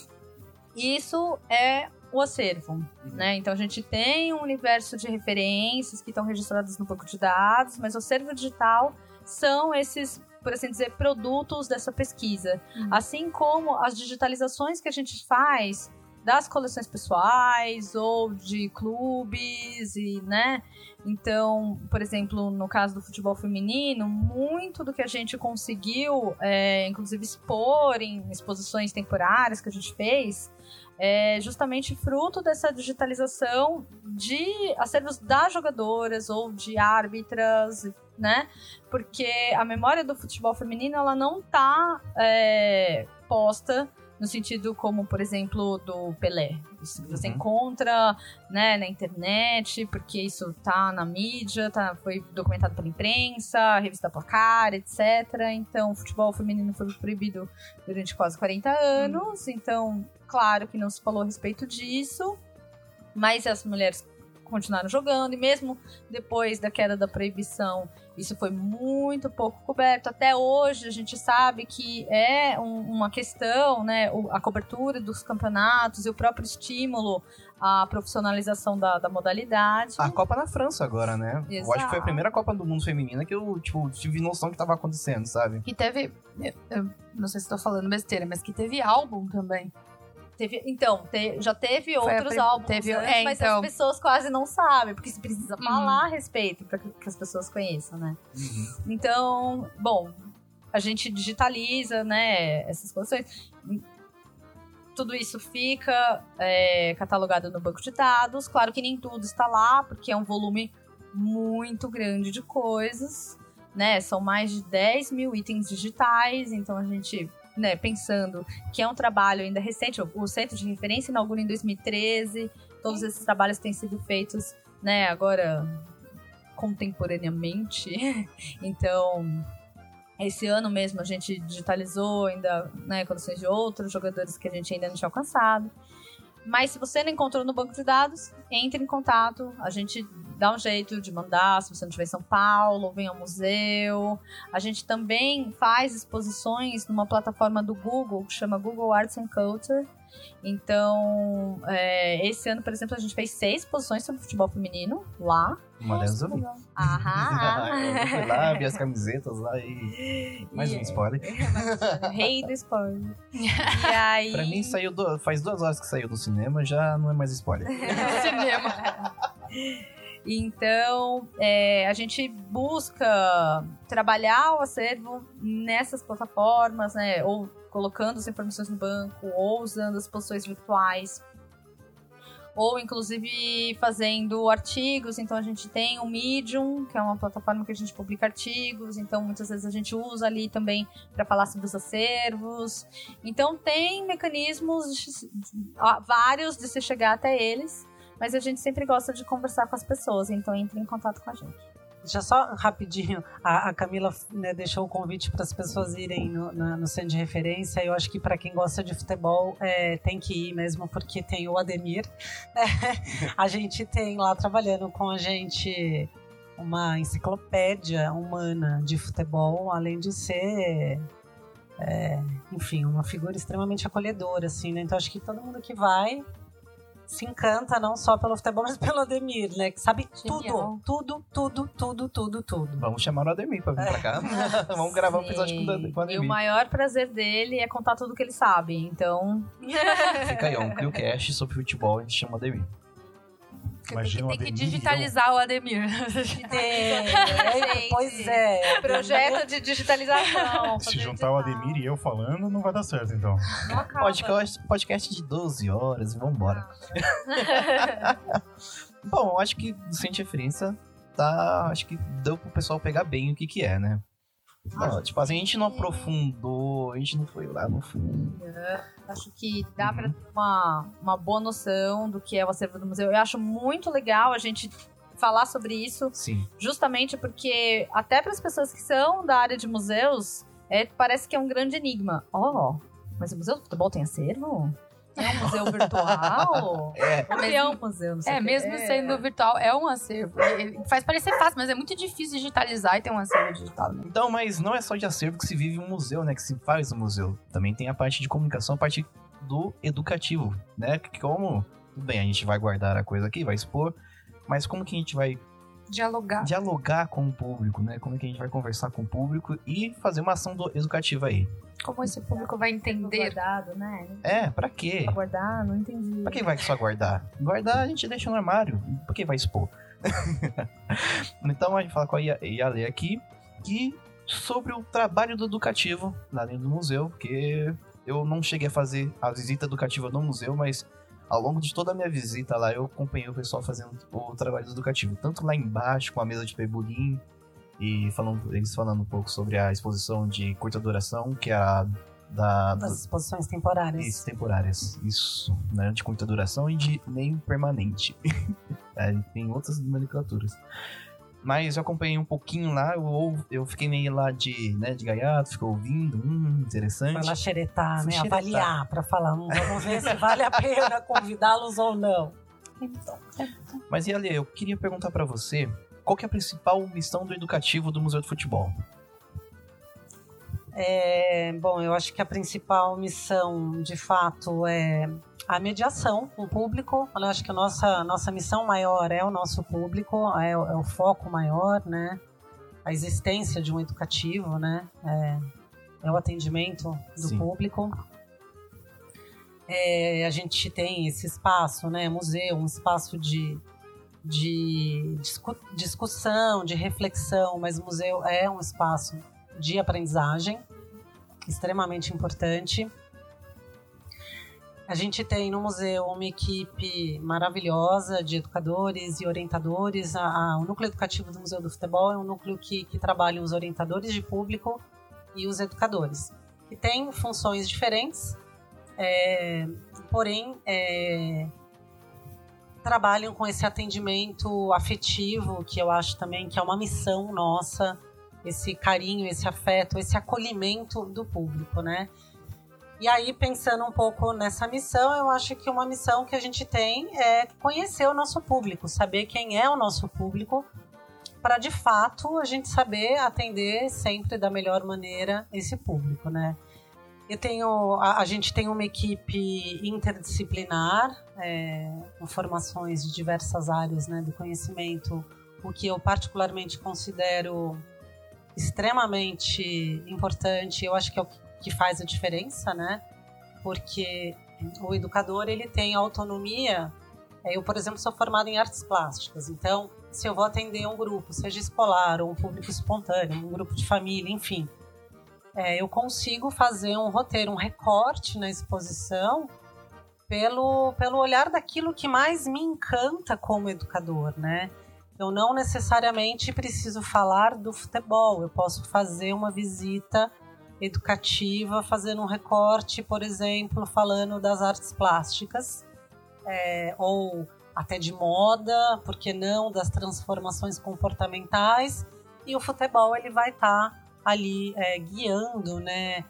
Isso é o acervo, né? Então a gente tem um universo de referências que estão registradas no banco de dados, mas o acervo digital são esses, por assim dizer, produtos dessa pesquisa. Assim como as digitalizações que a gente faz das coleções pessoais ou de clubes, e, né? Então, por exemplo, no caso do futebol feminino, muito do que a gente conseguiu, inclusive expor em exposições temporárias que a gente fez, é justamente fruto dessa digitalização de acervos das jogadoras ou de árbitras, né? Porque a memória do futebol feminino, ela não tá posta no sentido como, por exemplo, do Pelé. Isso você encontra, né, na internet, porque isso tá na mídia, foi documentado pela imprensa, revista Placar, etc. Então, o futebol feminino foi proibido durante quase 40 anos. Então, claro que não se falou a respeito disso, mas as mulheres continuaram jogando, e mesmo depois da queda da proibição, isso foi muito pouco coberto. Até hoje a gente sabe que é uma questão, né, a cobertura dos campeonatos e o próprio estímulo à profissionalização da modalidade. A Copa na França agora, né? Exato. Eu acho que foi a primeira Copa do mundo feminina que eu, tipo, tive noção que tava acontecendo, sabe? Que teve, eu não sei se tô falando besteira, mas que teve álbum também. Já teve outros álbuns, mas as pessoas quase não sabem, porque se precisa falar a respeito para que as pessoas conheçam, né? Então, bom, a gente digitaliza, né, essas coleções. Tudo isso fica catalogado no banco de dados. Claro que nem tudo está lá, porque é um volume muito grande de coisas, né? São mais de 10 mil itens digitais, então a gente... né, pensando que é um trabalho ainda recente, o Centro de Referência inaugura em 2013, todos esses trabalhos têm sido feitos, né, agora contemporaneamente. Então, esse ano mesmo a gente digitalizou ainda, né, coleções de outros jogadores que a gente ainda não tinha alcançado. Mas se você não encontrou no banco de dados, entre em contato, a gente dá um jeito de mandar, se você não estiver em São Paulo, vem ao museu. A gente também faz exposições numa plataforma do Google, que chama Google Arts and Culture. Então, esse ano, por exemplo, a gente fez 6 exposições sobre futebol feminino lá. Uma delas eu vi. Eu fui lá, vi as camisetas lá e... Mais um spoiler. Rei do spoiler. E aí... Pra mim, faz 2 horas que saiu do cinema, já não é mais spoiler. Cinema. Então, a gente busca trabalhar o acervo nessas plataformas, né? Ou colocando as informações no banco, ou usando as exposições virtuais, ou inclusive fazendo artigos. Então a gente tem o Medium, que é uma plataforma que a gente publica artigos, então muitas vezes a gente usa ali também para falar sobre os acervos. Então tem mecanismos vários de se chegar até eles, mas a gente sempre gosta de conversar com as pessoas, então entre em contato com a gente. Já só rapidinho, a Camila, né, deixou o convite para as pessoas irem no centro de referência. Eu acho que para quem gosta de futebol tem que ir mesmo, porque tem o Ademir. A gente tem lá trabalhando com a gente uma enciclopédia humana de futebol, além de ser, enfim, uma figura extremamente acolhedora, assim, né? Então acho que todo mundo que vai se encanta não só pelo futebol, mas pelo Ademir, né? Que sabe tudo. Vamos chamar o Ademir pra vir pra cá. Vamos gravar um episódio com o Ademir. E o maior prazer dele é contar tudo que ele sabe, então... Fica aí, um ClioCast sobre futebol, a gente chama o Ademir. Imagina tem que digitalizar o Ademir. Pois é. Projeto de digitalização. Se juntar o Ademir e eu falando, não vai dar certo, então. Podcast de 12 horas, vambora. Bom, acho que Sente Referência acho que deu pro pessoal pegar bem o que é, né? Não, tipo assim, a gente não aprofundou, a gente não foi lá no fundo. Acho que dá pra ter uma boa noção do que é o acervo do museu. Eu acho muito legal a gente falar sobre isso. Sim. Justamente porque, até para as pessoas que são da área de museus, parece que é um grande enigma. Mas o Museu do Futebol tem acervo? É um museu virtual? É um museu, não sei mesmo sendo virtual, é um acervo. Ele faz parecer fácil, mas é muito difícil digitalizar e ter um acervo digital. Né? Então, mas não é só de acervo que se vive um museu, né? Que se faz um museu. Também tem a parte de comunicação, a parte do educativo, né? Como, tudo bem, a gente vai guardar a coisa aqui, vai expor, mas como que a gente vai dialogar com o público, né? Como é que a gente vai conversar com o público e fazer uma ação educativa aí. Como esse público vai entender? Guardado, né? Pra quê? Pra guardar, não entendi. Pra que vai só guardar? Guardar a gente deixa no armário. Por que vai expor? Então a gente fala com a Yale aqui que sobre o trabalho do educativo lá dentro do museu, porque eu não cheguei a fazer a visita educativa no museu, mas ao longo de toda a minha visita lá eu acompanhei o pessoal fazendo o trabalho educativo, tanto lá embaixo com a mesa de pebolim e eles falando um pouco sobre a exposição de curta duração, que é das exposições temporárias. Isso, temporárias. Isso, né? De curta duração e de nem permanente. Tem outras nomenclaturas. Mas eu acompanhei um pouquinho lá, eu fiquei meio lá de gaiato, ficou ouvindo, interessante. Vai lá xeretar, né? Avaliar pra falar, vamos ver se vale a pena convidá-los ou não. Mas, Yale, eu queria perguntar pra você, qual que é a principal missão do educativo do Museu do Futebol? Bom, eu acho que a principal missão, de fato, é a mediação com o público. Eu acho que a nossa missão maior é o nosso público, é o foco maior, né? A existência de um educativo, né? É o atendimento do público. A gente tem esse espaço, né? Museu, um espaço de discussão, de reflexão, mas o museu é um espaço de aprendizagem extremamente importante. A gente tem no museu uma equipe maravilhosa de educadores e orientadores. O núcleo educativo do Museu do Futebol é um núcleo que trabalha os orientadores de público e os educadores, que têm funções diferentes, porém trabalham com esse atendimento afetivo, que eu acho também que é uma missão nossa, esse carinho, esse afeto, esse acolhimento do público, né? E aí, pensando um pouco nessa missão, eu acho que uma missão que a gente tem é conhecer o nosso público, saber quem é o nosso público, para de fato a gente saber atender sempre da melhor maneira esse público, né? A gente tem uma equipe interdisciplinar, com formações de diversas áreas, né, do conhecimento, o que eu particularmente considero extremamente importante. Eu acho que é o que faz a diferença, né? Porque o educador, ele tem autonomia. Eu, por exemplo, sou formada em artes plásticas, então se eu vou atender um grupo, seja escolar ou um público espontâneo, um grupo de família, enfim, eu consigo fazer um roteiro, um recorte na exposição pelo olhar daquilo que mais me encanta como educador, né? Eu não necessariamente preciso falar do futebol, eu posso fazer uma visita educativa, fazendo um recorte, por exemplo, falando das artes plásticas, ou até de moda, por que não, das transformações comportamentais, e o futebol ele vai estar ali guiando, né,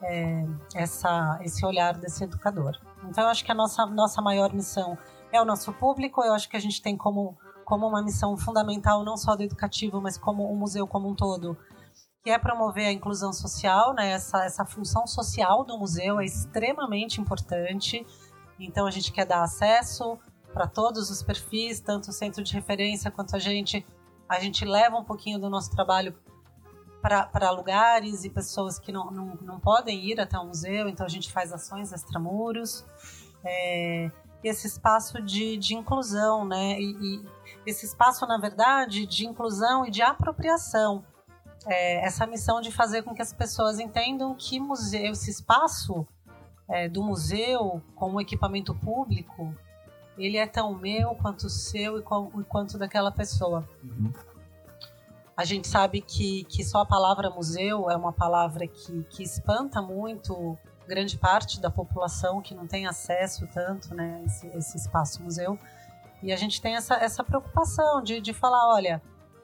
esse olhar desse educador. Então eu acho que a nossa maior missão é o nosso público. Eu acho que a gente tem como uma missão fundamental, não só do educativo, mas como o museu como um todo, que é promover a inclusão social, né? Essa função social do museu é extremamente importante. Então a gente quer dar acesso para todos os perfis, tanto o centro de referência quanto a gente leva um pouquinho do nosso trabalho para lugares e pessoas que não podem ir até o museu, então a gente faz ações extramuros. esse espaço de inclusão, né? E esse espaço, na verdade, de inclusão e de apropriação. Essa missão de fazer com que as pessoas entendam que museu, esse espaço do museu como equipamento público, ele é tão meu quanto o seu e quanto daquela pessoa. Uhum. A gente sabe que só a palavra museu é uma palavra que espanta muito grande parte da população que não tem acesso tanto, né, a esse espaço museu. E a gente tem essa preocupação de falar, olha...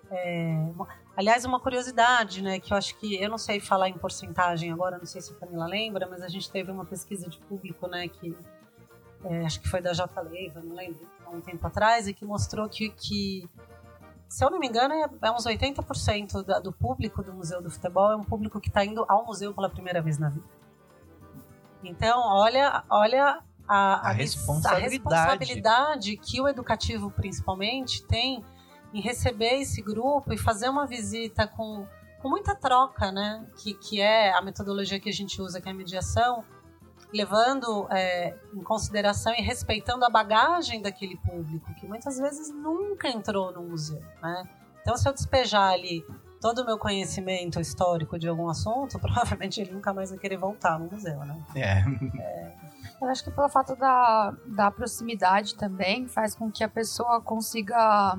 aliás, uma curiosidade, né, que eu acho que... Eu não sei falar em porcentagem agora, não sei se a Camila lembra, mas a gente teve uma pesquisa de público, né, que... acho que foi da J. Leiva, não lembro, há um tempo atrás, e que mostrou que se eu não me engano, é uns 80% do público do Museu do Futebol é um público que está indo ao museu pela primeira vez na vida. Então, olha a responsabilidade que o educativo, principalmente, tem em receber esse grupo e fazer uma visita com muita troca, né? Que é a metodologia que a gente usa, que é a mediação, levando em consideração e respeitando a bagagem daquele público, que muitas vezes nunca entrou no museu, né? Então, se eu despejar ali todo o meu conhecimento histórico de algum assunto, provavelmente ele nunca mais vai querer voltar no museu, né? Eu acho que pelo fato da proximidade também faz com que a pessoa consiga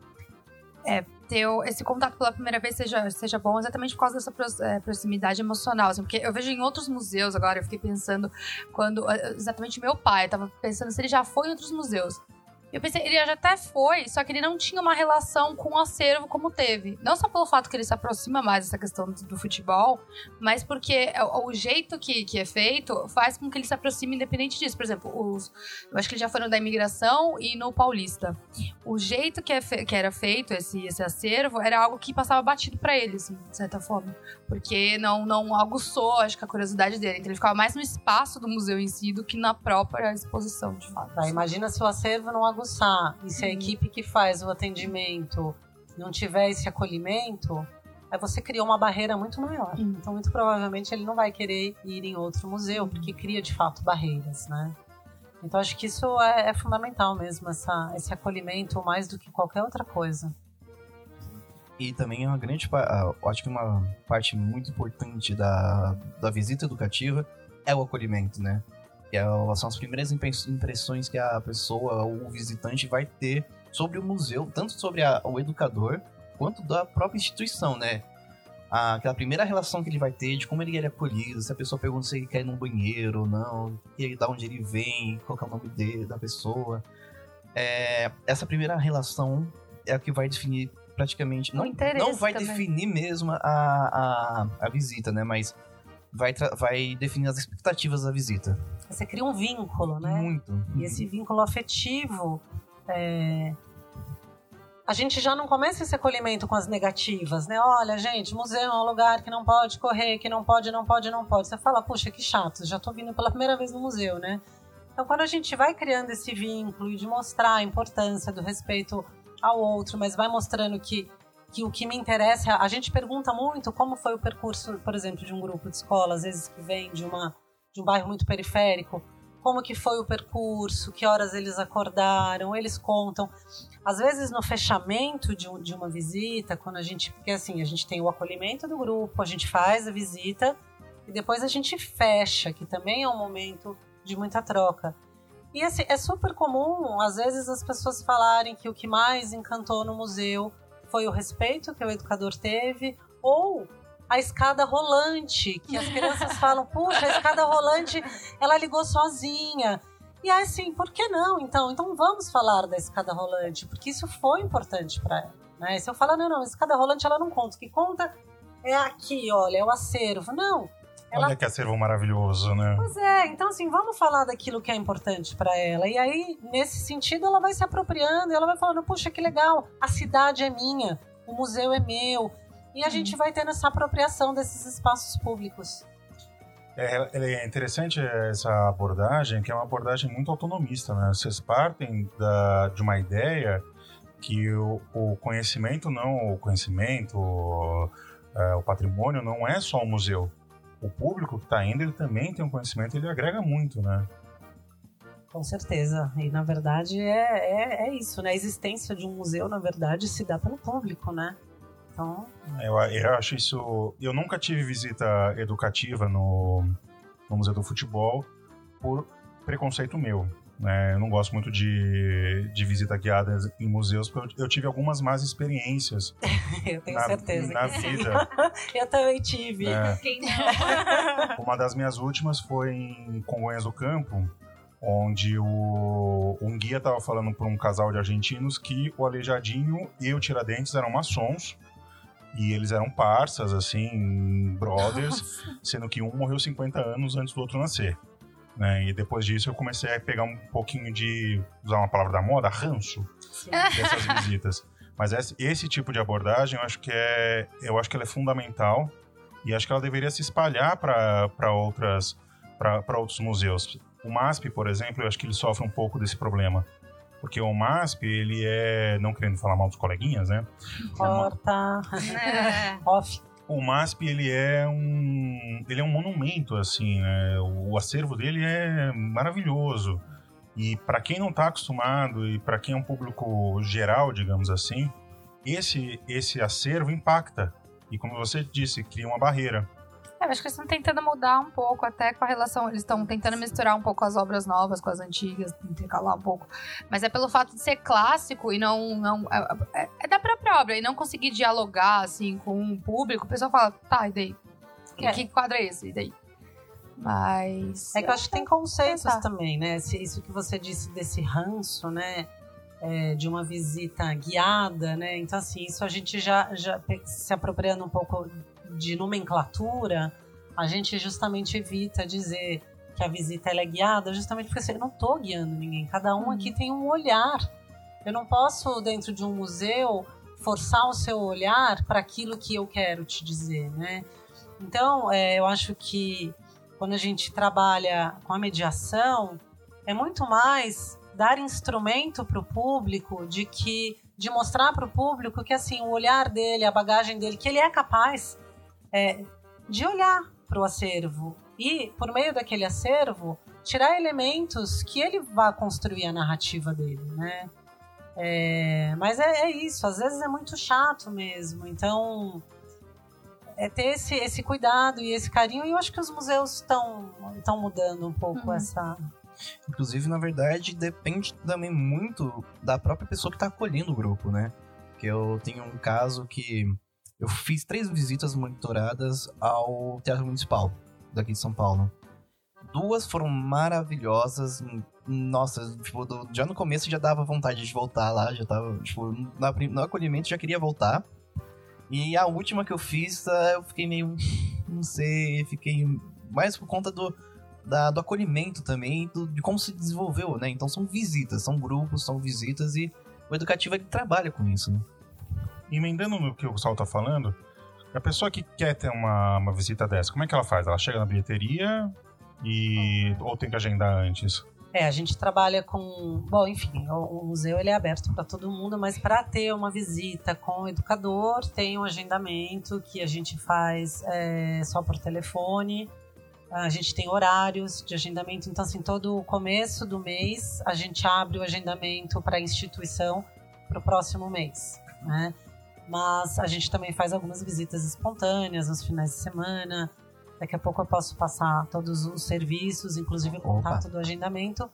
ter esse contato pela primeira vez seja bom, exatamente por causa dessa proximidade emocional, assim, porque eu vejo em outros museus agora, eu fiquei pensando exatamente meu pai, eu tava pensando se ele já foi em outros museus. Eu pensei, ele já até foi, só que ele não tinha uma relação com o acervo como teve. Não só pelo fato que ele se aproxima mais dessa questão do futebol, mas porque o jeito que é feito faz com que ele se aproxime independente disso. Por exemplo, eu acho que eles já foram da imigração e no Paulista. O jeito que era feito esse acervo era algo que passava batido pra ele, assim, de certa forma. Porque não aguçou, acho que a curiosidade dele. Então ele ficava mais no espaço do museu em si do que na própria exposição, de fato. Imagina se o acervo não aguçar e se a equipe que faz o atendimento não tiver esse acolhimento, aí você criou uma barreira muito maior. Então, muito provavelmente, ele não vai querer ir em outro museu, porque cria, de fato, barreiras, né? Então, acho que isso é fundamental mesmo, esse acolhimento, mais do que qualquer outra coisa. E também é acho que uma parte muito importante da visita educativa é o acolhimento, né? Que são as primeiras impressões que a pessoa, o visitante, vai ter sobre o museu, tanto sobre o educador, quanto da própria instituição, né? Aquela primeira relação que ele vai ter, de como ele é acolhido, se a pessoa pergunta se ele quer ir no banheiro ou não, de onde ele vem, qual que é o nome da pessoa. Essa primeira relação é a que vai definir praticamente... Não vai também definir mesmo a visita, né? Mas vai definir as expectativas da visita. Você cria um vínculo, né? Muito. E esse vínculo afetivo... A gente já não começa esse acolhimento com as negativas, né? Olha, gente, museu é um lugar que não pode correr, que não pode. Você fala, puxa, que chato, já tô vindo pela primeira vez no museu, né? Então, quando a gente vai criando esse vínculo e de mostrar a importância do respeito ao outro, mas vai mostrando que o que me interessa... A gente pergunta muito como foi o percurso, por exemplo, de um grupo de escola, às vezes que vem de um bairro muito periférico, como que foi o percurso, que horas eles acordaram, eles contam. Às vezes, no fechamento de uma visita, porque assim, a gente tem o acolhimento do grupo, a gente faz a visita e depois a gente fecha, que também é um momento de muita troca. E assim, é super comum, às vezes, as pessoas falarem que o que mais encantou no museu foi o respeito que o educador teve, ou a escada rolante, que as crianças falam, puxa, a escada rolante, ela ligou sozinha. E aí, assim, por que não? Então vamos falar da escada rolante, porque isso foi importante para ela, né? Se eu falar, não, a escada rolante ela não conta, o que conta é aqui, olha, é o acervo. Não. Olha que acervo maravilhoso, né? Pois é, então assim, vamos falar daquilo que é importante para ela. E aí, nesse sentido, ela vai se apropriando, e ela vai falando, puxa, que legal, a cidade é minha, o museu é meu. E a gente vai tendo essa apropriação desses espaços públicos. É interessante essa abordagem, que é uma abordagem muito autonomista, né? Vocês partem de uma ideia que o conhecimento, o patrimônio não é só o museu. O público que está indo, ele também tem um conhecimento, ele agrega muito, né? Com certeza. E, na verdade, é isso, né? A existência de um museu, na verdade, se dá pelo público, né? Então... Eu acho isso... Eu nunca tive visita educativa no Museu do Futebol por preconceito meu, né? Eu não gosto muito de visita guiada em museus, porque eu tive algumas más experiências. Eu tenho certeza. Na vida. Eu também tive. Quem não? Uma das minhas últimas foi em Congonhas do Campo, onde um guia estava falando para um casal de argentinos que o Aleijadinho e o Tiradentes eram maçons, e eles eram parças, assim, brothers, sendo que um morreu 50 anos antes do outro nascer. Né? E depois disso eu comecei a pegar um pouquinho de, usar uma palavra da moda, ranço dessas visitas. Mas esse tipo de abordagem eu acho que ela é fundamental, e acho que ela deveria se espalhar para outros museus. O MASP, por exemplo, eu acho que ele sofre um pouco desse problema. Porque o MASP, ele não querendo falar mal dos coleguinhas, né? Corta. Off. O MASP, ele é um monumento, assim, né? O acervo dele é maravilhoso. E para quem não está acostumado, e para quem é um público geral, digamos assim, esse acervo impacta. E como você disse, cria uma barreira. Eu acho que eles estão tentando mudar um pouco, até com a relação... Eles estão tentando misturar um pouco as obras novas com as antigas, intercalar um pouco. Mas é pelo fato de ser clássico e não é da própria obra, e não conseguir dialogar, assim, com o público. O pessoal fala, tá, e daí? Que quadro é esse? E daí? Mas... É que eu acho que tem conceitos também, né? Isso que você disse desse ranço, né? De uma visita guiada, né? Então, assim, isso a gente já se apropriando um pouco de nomenclatura, a gente justamente evita dizer que a visita ela é guiada, justamente porque assim, eu não estou guiando ninguém. Cada um aqui tem um olhar. Eu não posso, dentro de um museu, forçar o seu olhar para aquilo que eu quero te dizer, né? Então, eu acho que quando a gente trabalha com a mediação, é muito mais dar instrumento para o público de mostrar para o público que assim, o olhar dele, a bagagem dele, que ele é capaz de olhar para o acervo e, por meio daquele acervo, tirar elementos que ele vai construir a narrativa dele, né? Mas é isso, às vezes é muito chato mesmo, então ter esse cuidado e esse carinho, e eu acho que os museus estão mudando um pouco essa... Inclusive, na verdade, depende também muito da própria pessoa que está acolhendo o grupo, né? Que eu tenho um caso que eu fiz 3 visitas monitoradas ao Teatro Municipal daqui de São Paulo. 2 foram maravilhosas. Nossa, tipo, já no começo já dava vontade de voltar lá, já tava, tipo, no acolhimento já queria voltar. E a última que eu fiz, eu fiquei meio, não sei, fiquei mais por conta do acolhimento também, de como se desenvolveu, né? Então são visitas, são grupos, são visitas, e o educativo ele trabalha com isso, né? Emendando no que o Saulo tá falando, a pessoa que quer ter uma visita dessa, como é que ela faz? Ela chega na bilheteria ou tem que agendar antes? A gente trabalha com... Bom, enfim, o museu ele é aberto para todo mundo, mas para ter uma visita com o educador, tem um agendamento que a gente faz só por telefone. A gente tem horários de agendamento, então assim, todo o começo do mês a gente abre o agendamento para a instituição para o próximo mês, né? Mas a gente também faz algumas visitas espontâneas nos finais de semana. Daqui a pouco eu posso passar todos os serviços, inclusive o contato do agendamento.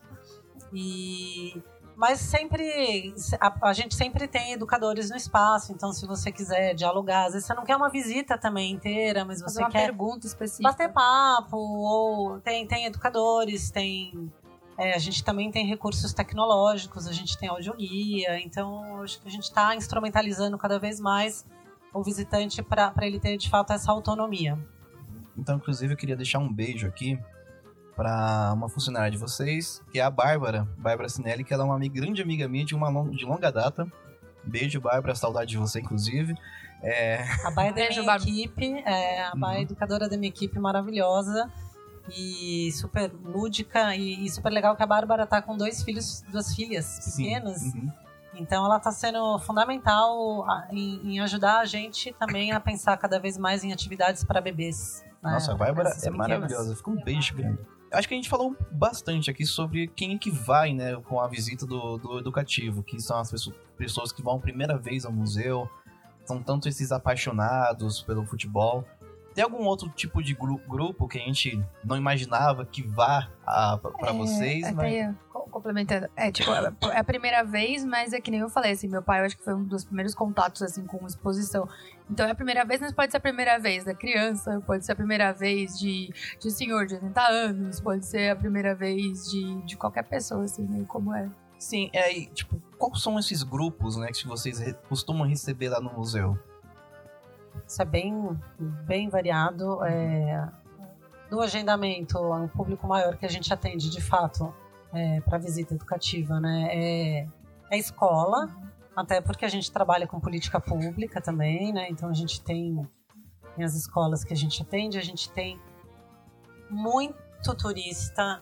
Mas sempre a gente sempre tem educadores no espaço, então se você quiser dialogar, às vezes você não quer uma visita também inteira, mas você quer pergunta específica, bater papo, ou tem educadores, a gente também tem recursos tecnológicos, a gente tem audioguia, então acho que a gente está instrumentalizando cada vez mais o visitante para ele ter de fato essa autonomia. Então, inclusive, eu queria deixar um beijo aqui para uma funcionária de vocês, que é a Bárbara Sinelli, que ela é uma grande amiga minha de longa data. Beijo, Bárbara, saudade de você, inclusive. A Bá é da minha equipe, a Bá é educadora da minha equipe, maravilhosa e super lúdica, e super legal que a Bárbara tá com 2 filhas pequenas. Então ela tá sendo fundamental em ajudar a gente também a pensar cada vez mais em atividades para bebês. Nossa, a Bárbara é maravilhosa, fica um beijo grande. Acho que a gente falou bastante aqui sobre quem que vai, né, com a visita do educativo, que são as pessoas que vão a primeira vez ao museu, são tanto esses apaixonados pelo futebol. Tem algum outro tipo de grupo que a gente não imaginava que vá pra vocês? Até complementando. É a primeira vez, mas é que nem eu falei, assim, meu pai, eu acho que foi um dos primeiros contatos, assim, com exposição. Então é a primeira vez, mas pode ser a primeira vez da criança, pode ser a primeira vez de senhor de 80 anos, pode ser a primeira vez de qualquer pessoa, assim, meio como é. Sim, e tipo, quais são esses grupos, né, que vocês costumam receber lá no museu? Isso é bem variado. Do agendamento, é um público maior que a gente atende, de fato, para visita educativa, né? É escola, até porque a gente trabalha com política pública também, né? Então a gente tem as escolas que a gente atende, a gente tem muito turista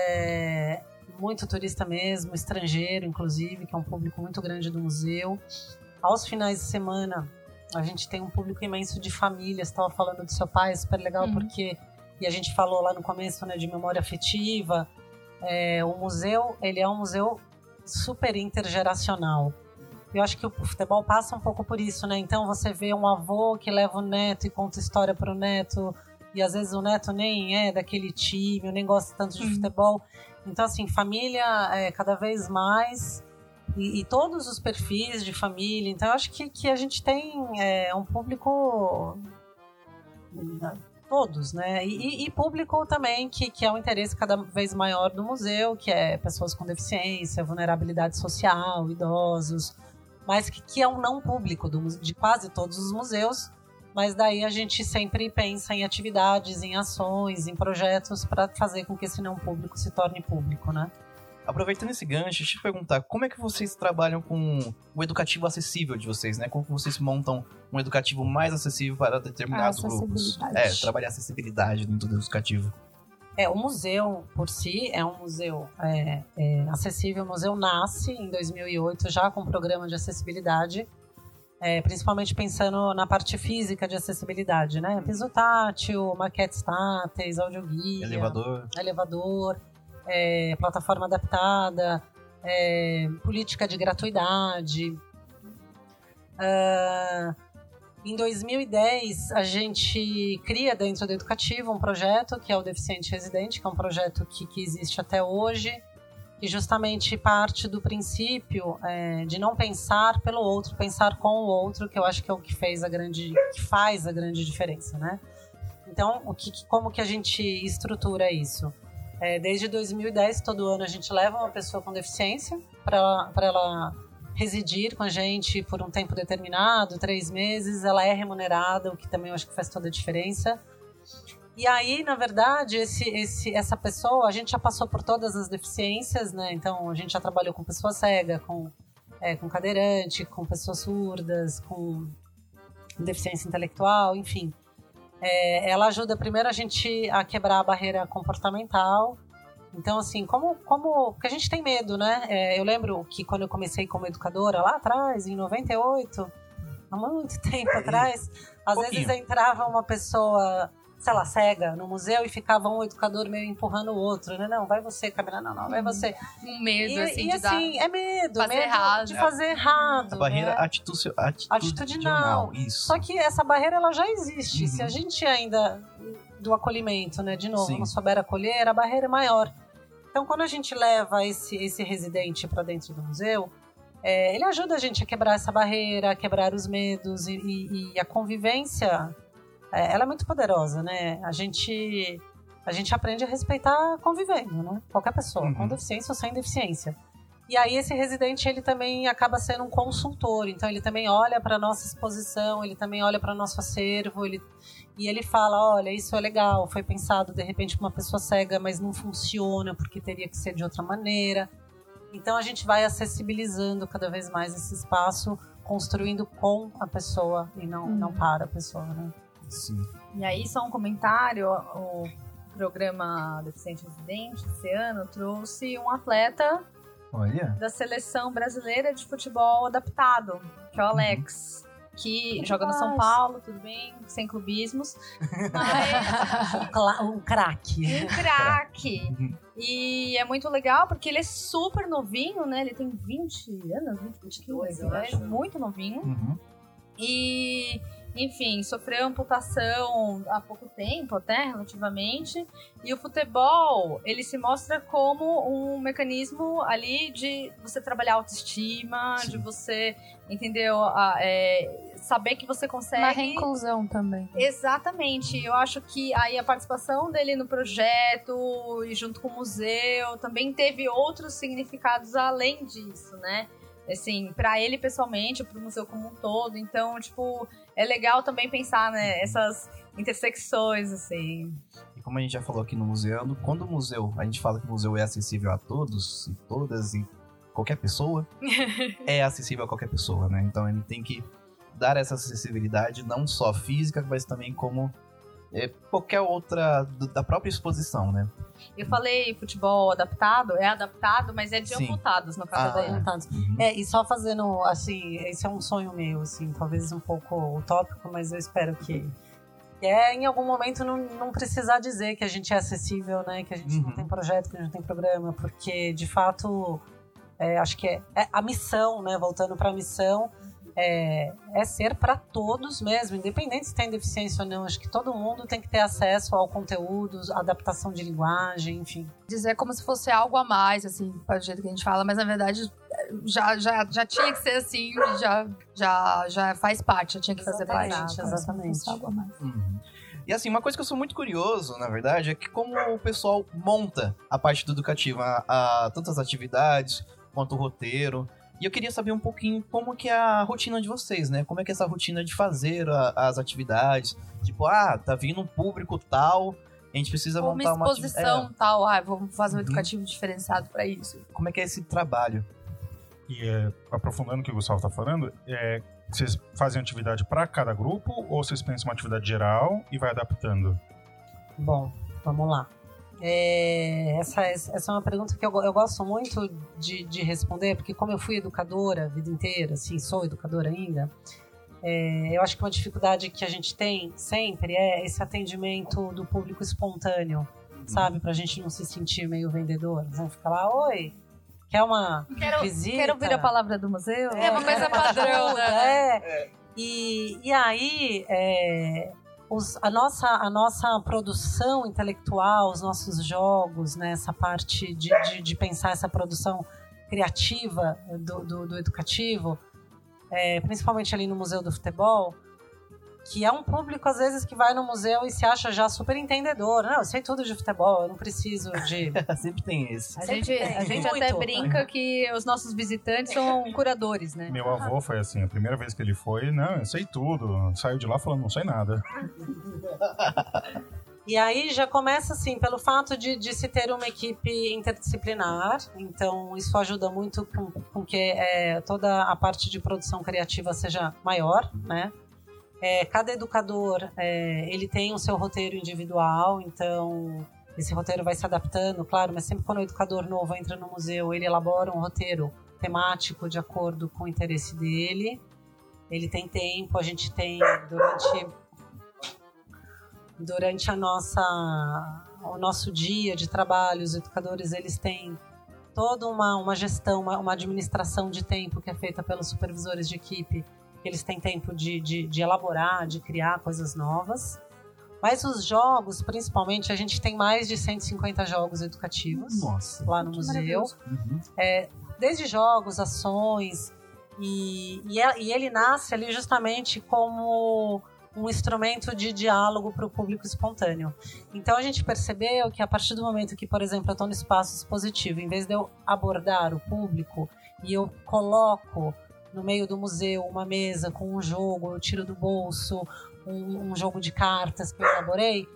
mesmo, estrangeiro, inclusive, que é um público muito grande do museu. Aos finais de semana, a gente tem um público imenso de famílias. Estava falando do seu pai, é super legal, porque... E a gente falou lá no começo, né, de memória afetiva. O museu, ele é um museu super intergeracional. Eu acho que o futebol passa um pouco por isso, né? Então você vê um avô que leva o neto e conta história para o neto. E às vezes o neto nem é daquele time, nem gosta tanto de futebol. Então, assim, família cada vez mais... E todos os perfis de família. Então, eu acho que a gente tem um público... Todos, né? E público também que é um interesse cada vez maior do museu, que é pessoas com deficiência, vulnerabilidade social, idosos, mas que é um não público de quase todos os museus. Mas daí a gente sempre pensa em atividades, em ações, em projetos para fazer com que esse não público se torne público, né? Aproveitando esse gancho, deixa eu te perguntar, como é que vocês trabalham com o educativo acessível de vocês, né? Como que vocês montam um educativo mais acessível para determinados grupos? Trabalhar a acessibilidade dentro do educativo. O museu, por si, é um museu acessível. O museu nasce em 2008 já com um programa de acessibilidade, principalmente pensando na parte física de acessibilidade, né? Piso tátil, maquetes táteis, audioguia... Elevador... plataforma adaptada, política de gratuidade. Em 2010, a gente cria dentro do educativo um projeto que é o Deficiente Residente, que é um projeto que existe até hoje, e justamente parte do princípio de não pensar pelo outro, pensar com o outro, que eu acho que é o que faz a grande diferença, né? Então, como que a gente estrutura isso? Desde 2010, todo ano a gente leva uma pessoa com deficiência para ela residir com a gente por um tempo determinado, 3 meses. Ela é remunerada, o que também eu acho que faz toda a diferença. E aí, na verdade, essa pessoa, a gente já passou por todas as deficiências, né? Então, a gente já trabalhou com pessoa cega, com cadeirante, com pessoas surdas, com deficiência intelectual, enfim. Ela ajuda primeiro a gente a quebrar a barreira comportamental. Então, assim, porque a gente tem medo, né? Eu lembro que quando eu comecei como educadora lá atrás, em 98, há muito tempo atrás, às vezes entrava uma pessoa, sei lá, cega no museu e ficava um educador meio empurrando o outro, né? Não, vai você, Camila, não, vai você. Um medo, assim, de dar... medo de fazer errado. A barreira, né? atitudinal. Isso. Só que essa barreira, ela já existe. Se a gente ainda, do acolhimento, né? De novo, não souber acolher, a barreira é maior. Então, quando a gente leva esse residente para dentro do museu, ele ajuda a gente a quebrar essa barreira, a quebrar os medos e a convivência... ela é muito poderosa, né? A gente aprende a respeitar convivendo, né? Qualquer pessoa, com deficiência ou sem deficiência. E aí esse residente, ele também acaba sendo um consultor. Então ele também olha para a nossa exposição, ele também olha para o nosso acervo, e ele fala, olha, isso é legal, foi pensado de repente para uma pessoa cega, mas não funciona porque teria que ser de outra maneira. Então a gente vai acessibilizando cada vez mais esse espaço, construindo com a pessoa e não para a pessoa, né? Sim. E aí, só um comentário, o programa Deficiente Residente esse ano trouxe um atleta da seleção brasileira de futebol adaptado, que é o Alex. que joga no São Paulo, tudo bem, sem clubismos. Mas... um craque. Um craque. E é muito legal porque ele é super novinho, né? Ele tem 20 anos, 22, eu acho. Muito novinho. E, enfim, sofreu amputação há pouco tempo, até, relativamente. E o futebol, ele se mostra como um mecanismo ali de você trabalhar a autoestima, de você, entendeu? Saber que você consegue... Uma reinclusão também. Exatamente. Eu acho que aí a participação dele no projeto e junto com o museu também teve outros significados além disso, né? Assim, pra ele pessoalmente, pro museu como um todo. Então, tipo, é legal também pensar, né, essas intersecções, assim. E como a gente já falou aqui no museu, quando o museu, a gente fala que o museu é acessível a todos e todas e qualquer pessoa, é acessível a qualquer pessoa, né? Então ele tem que dar essa acessibilidade, não só física, mas também como qualquer outra da própria exposição, né? Eu falei futebol adaptado, é adaptado, mas é de amputados, no caso dele. E só fazendo, assim, esse é um sonho meu, assim, talvez um pouco utópico, mas eu espero que em algum momento não precisar dizer que a gente é acessível, né, que a gente não tem projeto, que a gente não tem programa, porque, de fato, acho que é a missão, né, voltando para a missão, é ser para todos mesmo, independente se tem deficiência ou não. Acho que todo mundo tem que ter acesso ao conteúdo, adaptação de linguagem, enfim. Dizer como se fosse algo a mais, assim, do jeito que a gente fala, mas na verdade já tinha que ser assim, já faz parte, já tinha que fazer parte. Exatamente. Algo a mais. E assim, uma coisa que eu sou muito curioso, na verdade, é que como o pessoal monta a parte do educativo, tanto as atividades quanto o roteiro. E eu queria saber um pouquinho como que é a rotina de vocês, né? Como é que é essa rotina de fazer as atividades? Tipo, tá vindo um público tal, a gente precisa montar uma exposição tal, vamos fazer um educativo diferenciado para isso. Como é que é esse trabalho? E aprofundando o que o Gustavo está falando, vocês fazem atividade para cada grupo ou vocês pensam uma atividade geral e vai adaptando? Bom, vamos lá. Essa é uma pergunta que eu gosto muito de responder, porque como eu fui educadora a vida inteira, assim, sou educadora ainda, eu acho que uma dificuldade que a gente tem sempre é esse atendimento do público espontâneo, sabe? Pra gente não se sentir meio vendedor, né? Ficar lá, oi, quer uma visita? Quero ouvir a palavra do museu. É uma coisa padrão, né? E aí... a nossa produção intelectual, os nossos jogos, né, essa parte de pensar essa produção criativa do educativo, principalmente ali no Museu do Futebol, que é um público, às vezes, que vai no museu e se acha já super entendedor. Não, eu sei tudo de futebol, eu não preciso de... Sempre tem esse. A gente até brinca que os nossos visitantes são curadores, né? Meu avô foi assim, a primeira vez que ele foi, não, eu sei tudo. Saiu de lá falando, não sei nada. E aí já começa assim, pelo fato de se ter uma equipe interdisciplinar, então isso ajuda muito com que toda a parte de produção criativa seja maior, né? Cada educador, ele tem o seu roteiro individual, então esse roteiro vai se adaptando, claro, mas sempre quando o educador novo entra no museu, ele elabora um roteiro temático de acordo com o interesse dele. Ele tem tempo, a gente tem durante o nosso dia de trabalho, os educadores, eles têm toda uma gestão, uma administração de tempo que é feita pelos supervisores de equipe. Eles têm tempo de elaborar, de criar coisas novas. Mas os jogos, principalmente, a gente tem mais de 150 jogos educativos lá no museu. Desde jogos, ações, e ele nasce ali justamente como um instrumento de diálogo para o público espontâneo. Então a gente percebeu que a partir do momento que, por exemplo, eu estou no espaço expositivo, em vez de eu abordar o público e eu coloco no meio do museu uma mesa com um jogo, eu tiro do bolso um jogo de cartas que eu elaborei,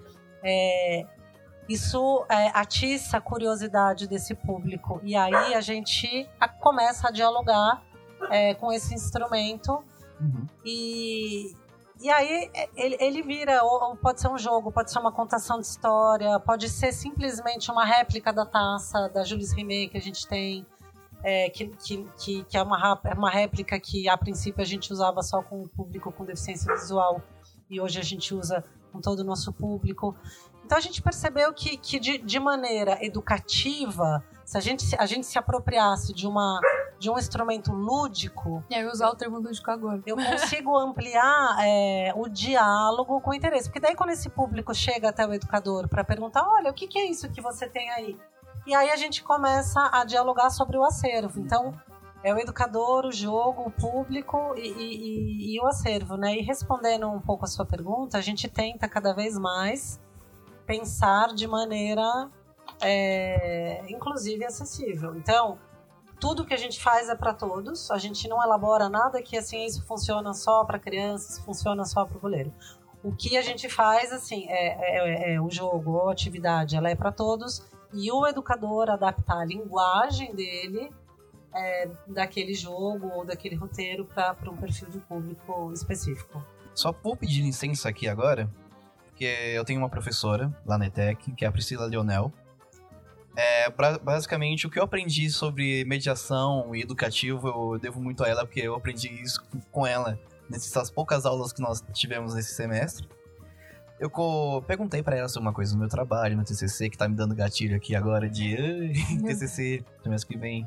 isso atiça a curiosidade desse público. E aí a gente começa a dialogar com esse instrumento. E aí ele vira, ou pode ser um jogo, pode ser uma contação de história, pode ser simplesmente uma réplica da taça da Jules Rimet que a gente tem. que é uma réplica que a princípio a gente usava só com o público com deficiência visual e hoje a gente usa com todo o nosso público. Então a gente percebeu que de maneira educativa, se a gente se apropriasse de um instrumento lúdico... E aí usar o termo lúdico agora. Eu consigo ampliar o diálogo com o interesse. Porque daí quando esse público chega até o educador para perguntar, olha, o que é isso que você tem aí? E aí a gente começa a dialogar sobre o acervo. Então, é o educador, o jogo, o público e o acervo, né? E respondendo um pouco a sua pergunta, a gente tenta cada vez mais pensar de maneira inclusive acessível. Então, tudo que a gente faz é para todos. A gente não elabora nada que assim, isso funciona só para crianças, funciona só para o goleiro. O que a gente faz assim o jogo ou a atividade, ela é para todos. E o educador adaptar a linguagem dele daquele jogo ou daquele roteiro para um perfil de público específico. Só vou pedir licença aqui agora, porque eu tenho uma professora lá na ETEC, que é a Priscila Leonel. Basicamente, o que eu aprendi sobre mediação e educativo, eu devo muito a ela, porque eu aprendi isso com ela nessas poucas aulas que nós tivemos nesse semestre. Eu perguntei pra ela sobre uma coisa no meu trabalho, no TCC, que tá me dando gatilho aqui agora de TCC, no mês que vem.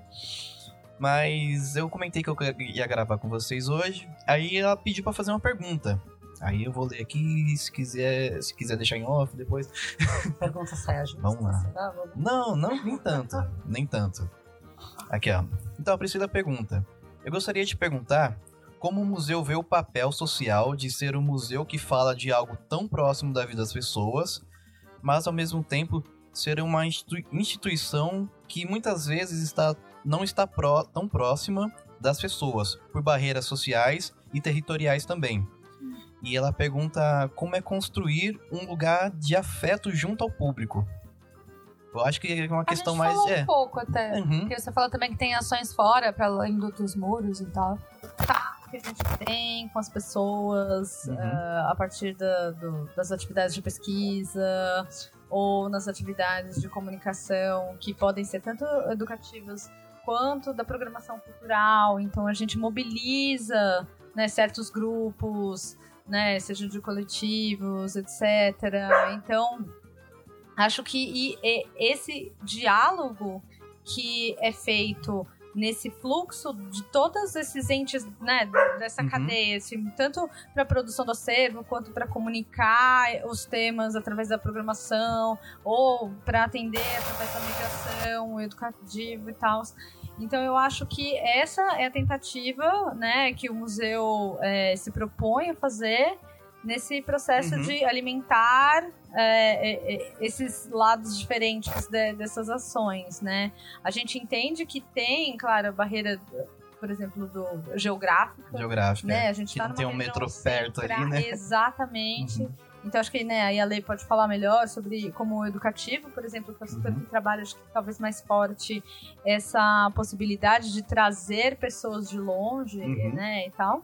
Mas eu comentei que eu ia gravar com vocês hoje, aí ela pediu pra fazer uma pergunta. Aí eu vou ler aqui, se quiser deixar em off depois. Pergunta Sérgio. Vamos lá. Não, nem tanto. Aqui, ó. Então a Priscila pergunta: eu gostaria de perguntar como o museu vê o papel social de ser um museu que fala de algo tão próximo da vida das pessoas, mas ao mesmo tempo ser uma instituição que muitas vezes não está tão próxima das pessoas, por barreiras sociais e territoriais também. E ela pergunta como é construir um lugar de afeto junto ao público. Eu acho que é uma questão mais... falou um pouco até. Porque você fala também que tem ações fora, para além dos muros e tal. Que a gente tem com as pessoas a partir das atividades de pesquisa ou nas atividades de comunicação, que podem ser tanto educativas quanto da programação cultural. Então a gente mobiliza, né, certos grupos, né, sejam de coletivos, etc. Então, acho que esse diálogo que é feito nesse fluxo de todos esses entes, né, dessa cadeia, assim, tanto para a produção do acervo, quanto para comunicar os temas através da programação, ou para atender através da mediação, educativo e tal. Então eu acho que essa é a tentativa, né, que o museu se propõe a fazer nesse processo de alimentar esses lados diferentes dessas ações, né? A gente entende que tem, claro, a barreira, por exemplo, geográfica, né? A gente tá não tem um metrô perto ali, né? Exatamente. Então, acho que, né, aí a Lei pode falar melhor sobre como o educativo, por exemplo, que é super que trabalha, acho que talvez mais forte, essa possibilidade de trazer pessoas de longe, né, e tal.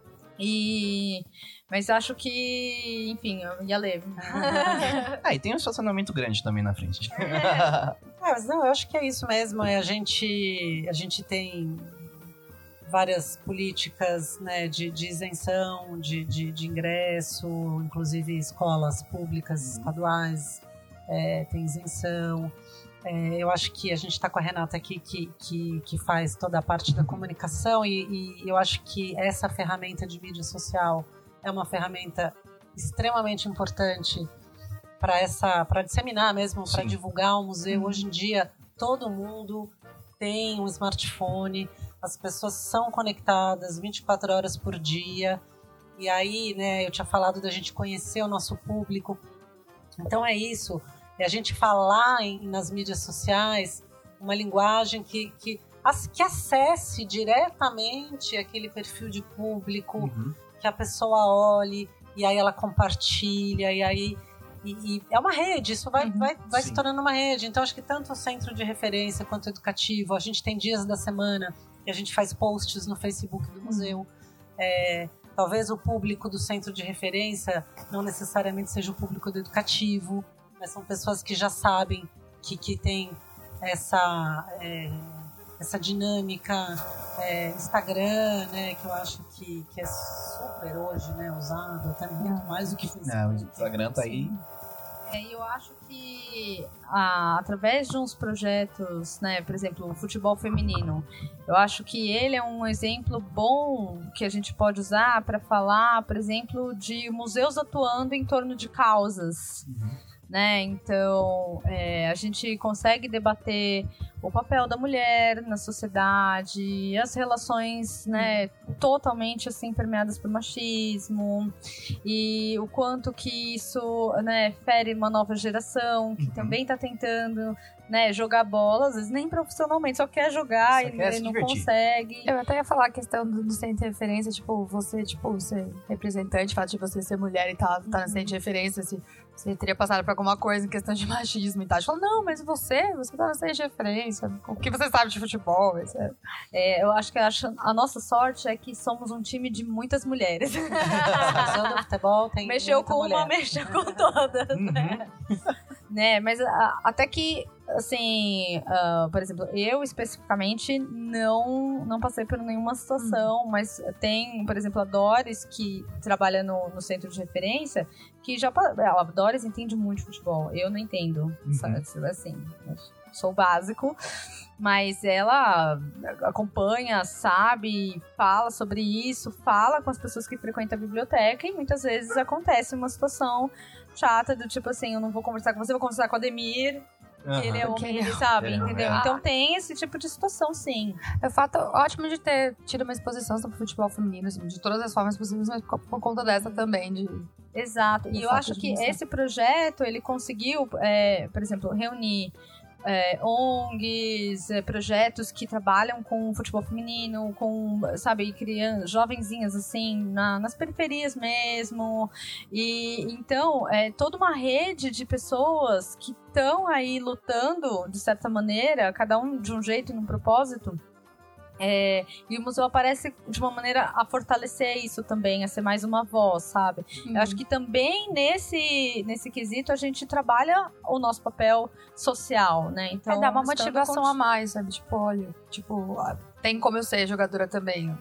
Mas acho que, enfim, e a Lei. E tem um estacionamento grande também na frente. Mas não, eu acho que é isso mesmo. A gente tem várias políticas, né, de isenção, de ingresso, inclusive escolas públicas estaduais tem isenção. Eu acho que a gente está com a Renata aqui que faz toda a parte da comunicação e eu acho que essa ferramenta de mídia social é uma ferramenta extremamente importante para disseminar mesmo, para divulgar o museu. Hoje em dia, todo mundo tem um smartphone, as pessoas são conectadas 24 horas por dia. E aí, né, eu tinha falado da gente conhecer o nosso público. Então é isso, é a gente falar nas mídias sociais uma linguagem que acesse diretamente aquele perfil de público, que a pessoa olhe, e aí ela compartilha, e aí... E é uma rede, isso vai se tornando uma rede. Então, acho que tanto o centro de referência quanto o educativo, a gente tem dias da semana e a gente faz posts no Facebook do museu. Talvez o público do centro de referência não necessariamente seja o público do educativo, mas são pessoas que já sabem que tem essa essa dinâmica Instagram, né, que eu acho que é super hoje, né, usado, até muito mais do que Facebook. O Instagram tá aí. Eu acho que através de uns projetos, né, por exemplo, o futebol feminino, eu acho que ele é um exemplo bom que a gente pode usar para falar, por exemplo, de museus atuando em torno de causas. Né? Então, a gente consegue debater o papel da mulher na sociedade, as relações, né, totalmente assim permeadas por machismo, e o quanto que isso, né, fere uma nova geração que também está tentando, né, jogar bola, às vezes nem profissionalmente, só quer jogar e não consegue. Eu até ia falar a questão do centro de referência, tipo, você, ser representante, o fato de você ser mulher e tá no centro de referência, se você teria passado por alguma coisa em questão de machismo e tal. Você falou, não, mas você tá no centro de referência, o que você sabe de futebol, etc. Eu acho que a nossa sorte é que somos um time de muitas mulheres. O futebol tem mexeu com uma, mexeu com todas, né? Mas até que, assim, por exemplo, eu especificamente não passei por nenhuma situação, mas tem, por exemplo, a Doris, que trabalha no centro de referência, que a Doris entende muito de futebol, eu não entendo, assim, sou básico, mas ela acompanha, sabe, fala sobre isso, fala com as pessoas que frequentam a biblioteca, e muitas vezes acontece uma situação chata do tipo assim, eu não vou conversar com você, vou conversar com o Ademir, que ele é homem, ele sabe, entendeu? Então tem esse tipo de situação, sim. É fato ótimo de ter tido uma exposição sobre futebol feminino, assim, de todas as formas possíveis, mas por conta dessa também, Exato, e eu acho que esse projeto, ele conseguiu, por exemplo, reunir ONGs, projetos que trabalham com futebol feminino, com, sabe, criando jovenzinhas assim, nas periferias mesmo. E então, toda uma rede de pessoas que estão aí lutando, de certa maneira, cada um de um jeito e num propósito. E o museu aparece de uma maneira a fortalecer isso também, a ser mais uma voz, sabe? Eu acho que também nesse quesito a gente trabalha o nosso papel social, né? Então, dá uma motivação a mais, sabe? Tipo, olha, tem como eu ser jogadora também.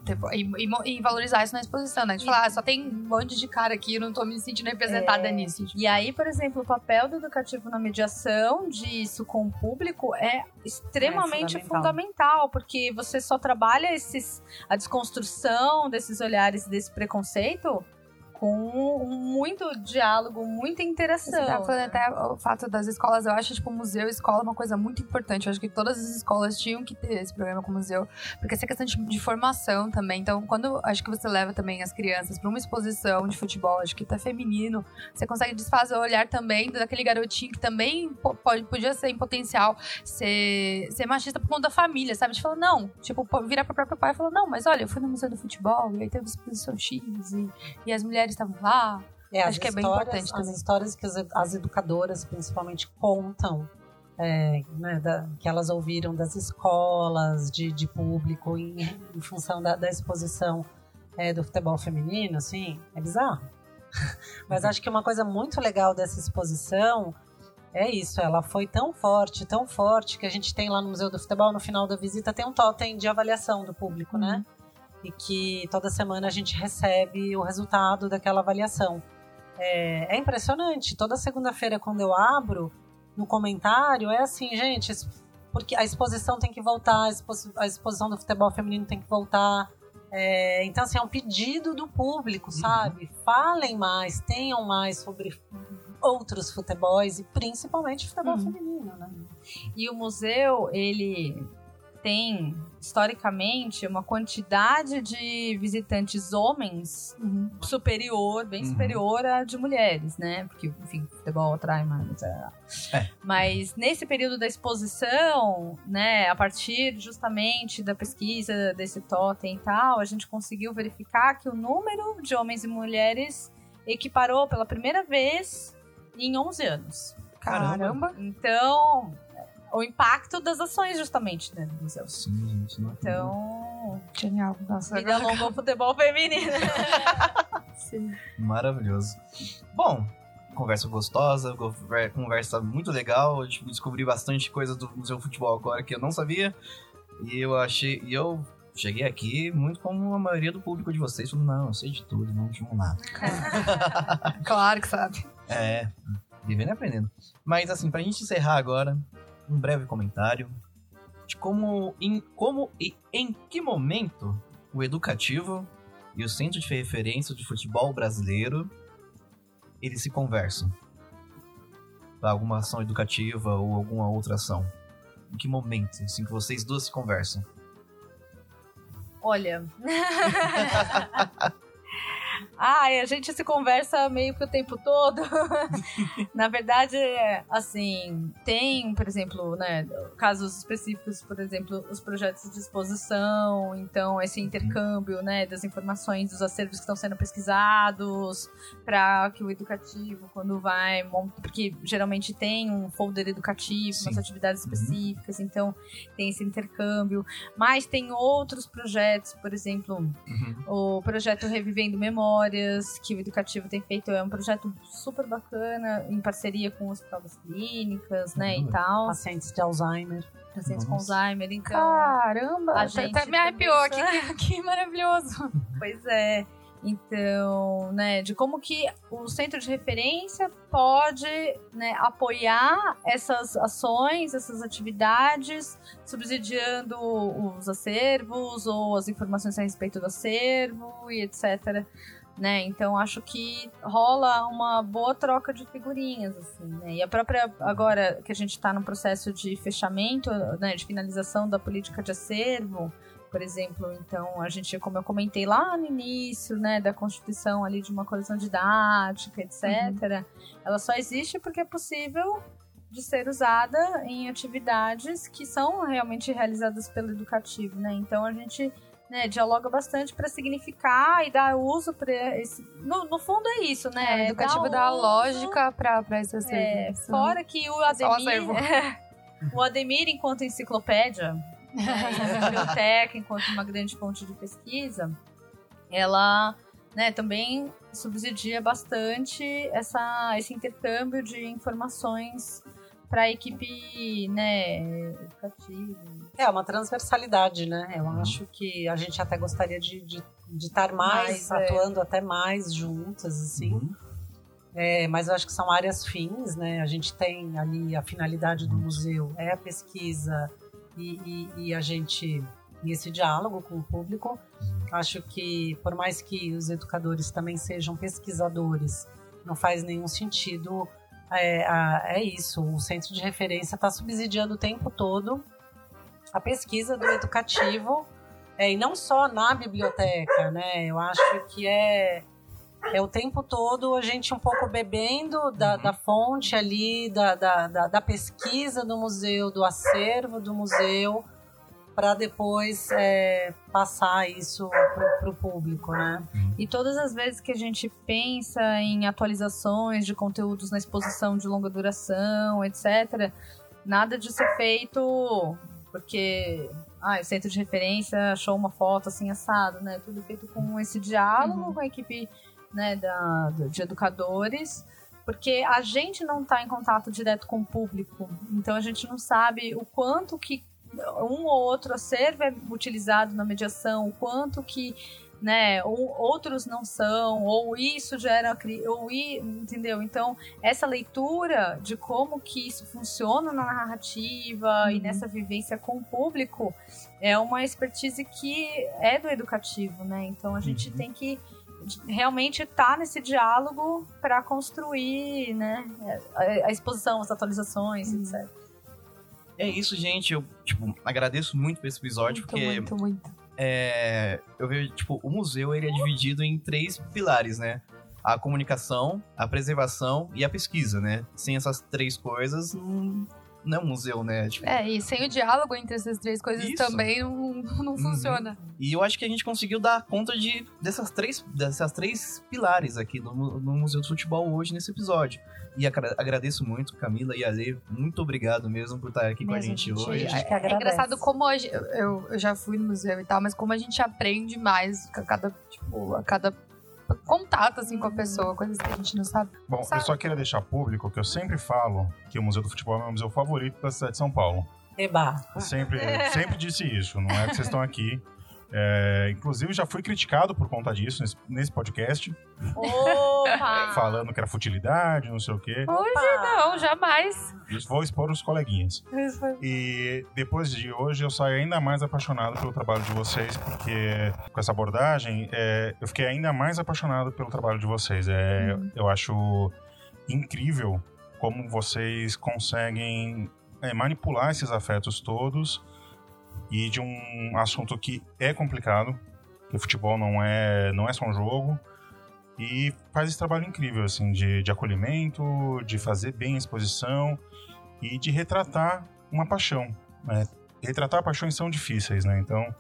E valorizar isso na exposição, né? De falar, só tem um monte de cara aqui, eu não tô me sentindo representada nisso. E aí, por exemplo, o papel do educativo na mediação disso com o público é extremamente fundamental, porque você só trabalha a desconstrução desses olhares, desse preconceito, com muito diálogo, muita interação. Você tá falando até o fato das escolas, eu acho, tipo, museu e escola uma coisa muito importante. Eu acho que todas as escolas tinham que ter esse programa com o museu, porque essa questão de formação também. Então, quando acho que você leva também as crianças para uma exposição de futebol, acho que tá feminino, você consegue desfazer o olhar também daquele garotinho que também podia ser em potencial ser machista por conta da família, sabe? De falar, não, tipo, virar pro próprio pai e falar, não, mas olha, eu fui no museu do futebol e aí teve exposição X e as mulheres estavam lá. Acho que é bem importante também. As histórias que as educadoras principalmente contam, né, que elas ouviram das escolas, de público, em função da exposição do futebol feminino, assim, é bizarro. Mas acho que uma coisa muito legal dessa exposição é isso, ela foi tão forte, que a gente tem lá no Museu do Futebol, no final da visita, tem um totem de avaliação do público, né? E que toda semana a gente recebe o resultado daquela avaliação. É impressionante. Toda segunda-feira, quando eu abro, no comentário, é assim, gente, porque a exposição tem que voltar, a exposição do futebol feminino tem que voltar. Então, assim, é um pedido do público, sabe? Falem mais, tenham mais sobre outros futebols e principalmente futebol feminino, né? E o museu, ele tem, historicamente, uma quantidade de visitantes homens superior, bem superior à de mulheres, né? Porque, enfim, futebol atrai mais. Mas nesse período da exposição, né, a partir justamente da pesquisa desse totem e tal, a gente conseguiu verificar que o número de homens e mulheres equiparou pela primeira vez em 11 anos. Caramba! Então, o impacto das ações, justamente, né, do museu. Sim, gente. Não então, genial. Nossa, vida longa ao futebol feminino. Sim. Maravilhoso. Bom, conversa gostosa, conversa muito legal. Eu descobri bastante coisa do Museu Futebol agora que eu não sabia. E eu cheguei aqui muito como a maioria do público de vocês, falando, não, eu sei de tudo, não vamos nada. Claro que sabe. Vivendo e aprendendo. Mas assim, pra gente encerrar agora, um breve comentário de como e em que momento o Educativo e o Centro de Referência de Futebol Brasileiro eles se conversam para alguma ação educativa ou alguma outra ação. Em que momento, assim, que vocês duas se conversam? Olha... a gente se conversa meio que o tempo todo. Na verdade, assim, tem, por exemplo, né, casos específicos, por exemplo, os projetos de exposição, então esse intercâmbio, né, das informações dos acervos que estão sendo pesquisados, para que o educativo, quando vai, porque geralmente tem um folder educativo, umas atividades específicas, então tem esse intercâmbio, mas tem outros projetos, por exemplo, o projeto Revivendo Memórias, que o Educativo tem feito, é um projeto super bacana, em parceria com o Hospital das Clínicas, né, e tal. Pacientes de Alzheimer. Pacientes com Alzheimer, então... Caramba! A gente até me arrepiou aqui, que maravilhoso! Pois é. Então, né, de como que o Centro de Referência pode, né, apoiar essas ações, essas atividades, subsidiando os acervos ou as informações a respeito do acervo e etc., né? Então acho que rola uma boa troca de figurinhas, assim, né? E a própria, agora que a gente está no processo de fechamento, né, de finalização da política de acervo, por exemplo, então a gente, como eu comentei lá no início, né, da constituição ali de uma coleção didática, etc., ela só existe porque é possível de ser usada em atividades que são realmente realizadas pelo Educativo, né? Então a gente, né, dialoga bastante para significar e dar uso para esse... No fundo é isso, né? O Educativo dá a lógica para esse acervo. Fora que o Ademir... o Ademir, enquanto enciclopédia, né, e a biblioteca, enquanto uma grande fonte de pesquisa, ela, né, também subsidia bastante esse intercâmbio de informações para a equipe, né, educativa. É uma transversalidade, né? Eu acho que a gente até gostaria de estar mais atuando até mais juntas, assim. Mas eu acho que são áreas fins, né? A gente tem ali a finalidade do museu, é a pesquisa e a gente... E esse diálogo com o público. Acho que, por mais que os educadores também sejam pesquisadores, não faz nenhum sentido... É isso, o Centro de Referência está subsidiando o tempo todo a pesquisa do Educativo, e não só na biblioteca, né? Eu acho que é o tempo todo a gente um pouco bebendo da fonte ali, da pesquisa do museu, do acervo do museu, para depois passar isso para o público, né? E todas as vezes que a gente pensa em atualizações de conteúdos na exposição de longa duração, etc., nada disso é feito porque o Centro de Referência achou uma foto assim assado, né? Tudo feito com esse diálogo com a equipe, né, de educadores, porque a gente não está em contato direto com o público, então a gente não sabe o quanto que um ou outro acervo é utilizado na mediação, o quanto que, né, outros não são, ou isso gera, entendeu? Então, essa leitura de como que isso funciona na narrativa e nessa vivência com o público é uma expertise que é do Educativo, né? Então, a gente tem que realmente estar nesse diálogo para construir, né, a exposição, as atualizações, etc. É isso, gente. Eu, agradeço muito por esse episódio, porque... Muito. Eu vejo, o museu, ele é dividido em 3 pilares, né? A comunicação, a preservação e a pesquisa, né? Sem essas 3 coisas, não é um museu, né? E sem o diálogo entre essas 3 coisas também não funciona. E eu acho que a gente conseguiu dar conta dessas três pilares aqui no Museu do Futebol hoje, nesse episódio. E agradeço muito, Camila e Ale, muito obrigado mesmo por estar aqui com a gente hoje. É engraçado como hoje, eu já fui no museu e tal, mas como a gente aprende mais a cada contato assim, com a pessoa, coisas que a gente não sabe. Bom, eu só queria deixar público que eu sempre falo que o Museu do Futebol é o meu museu favorito da cidade de São Paulo. Eba. Sempre disse isso, não é que vocês estão aqui. Inclusive, já fui criticado por conta disso nesse podcast. Opa! Falando que era futilidade, não sei o quê. Hoje não, jamais. Vou expor os coleguinhas. E depois de hoje, eu saio ainda mais apaixonado pelo trabalho de vocês, porque com essa abordagem, eu fiquei ainda mais apaixonado pelo trabalho de vocês. Eu acho incrível como vocês conseguem manipular esses afetos todos. E de um assunto que é complicado, que o futebol não é só um jogo, e faz esse trabalho incrível, assim, de acolhimento, de fazer bem a exposição e de retratar uma paixão, né? Retratar paixões são difíceis, né? Então,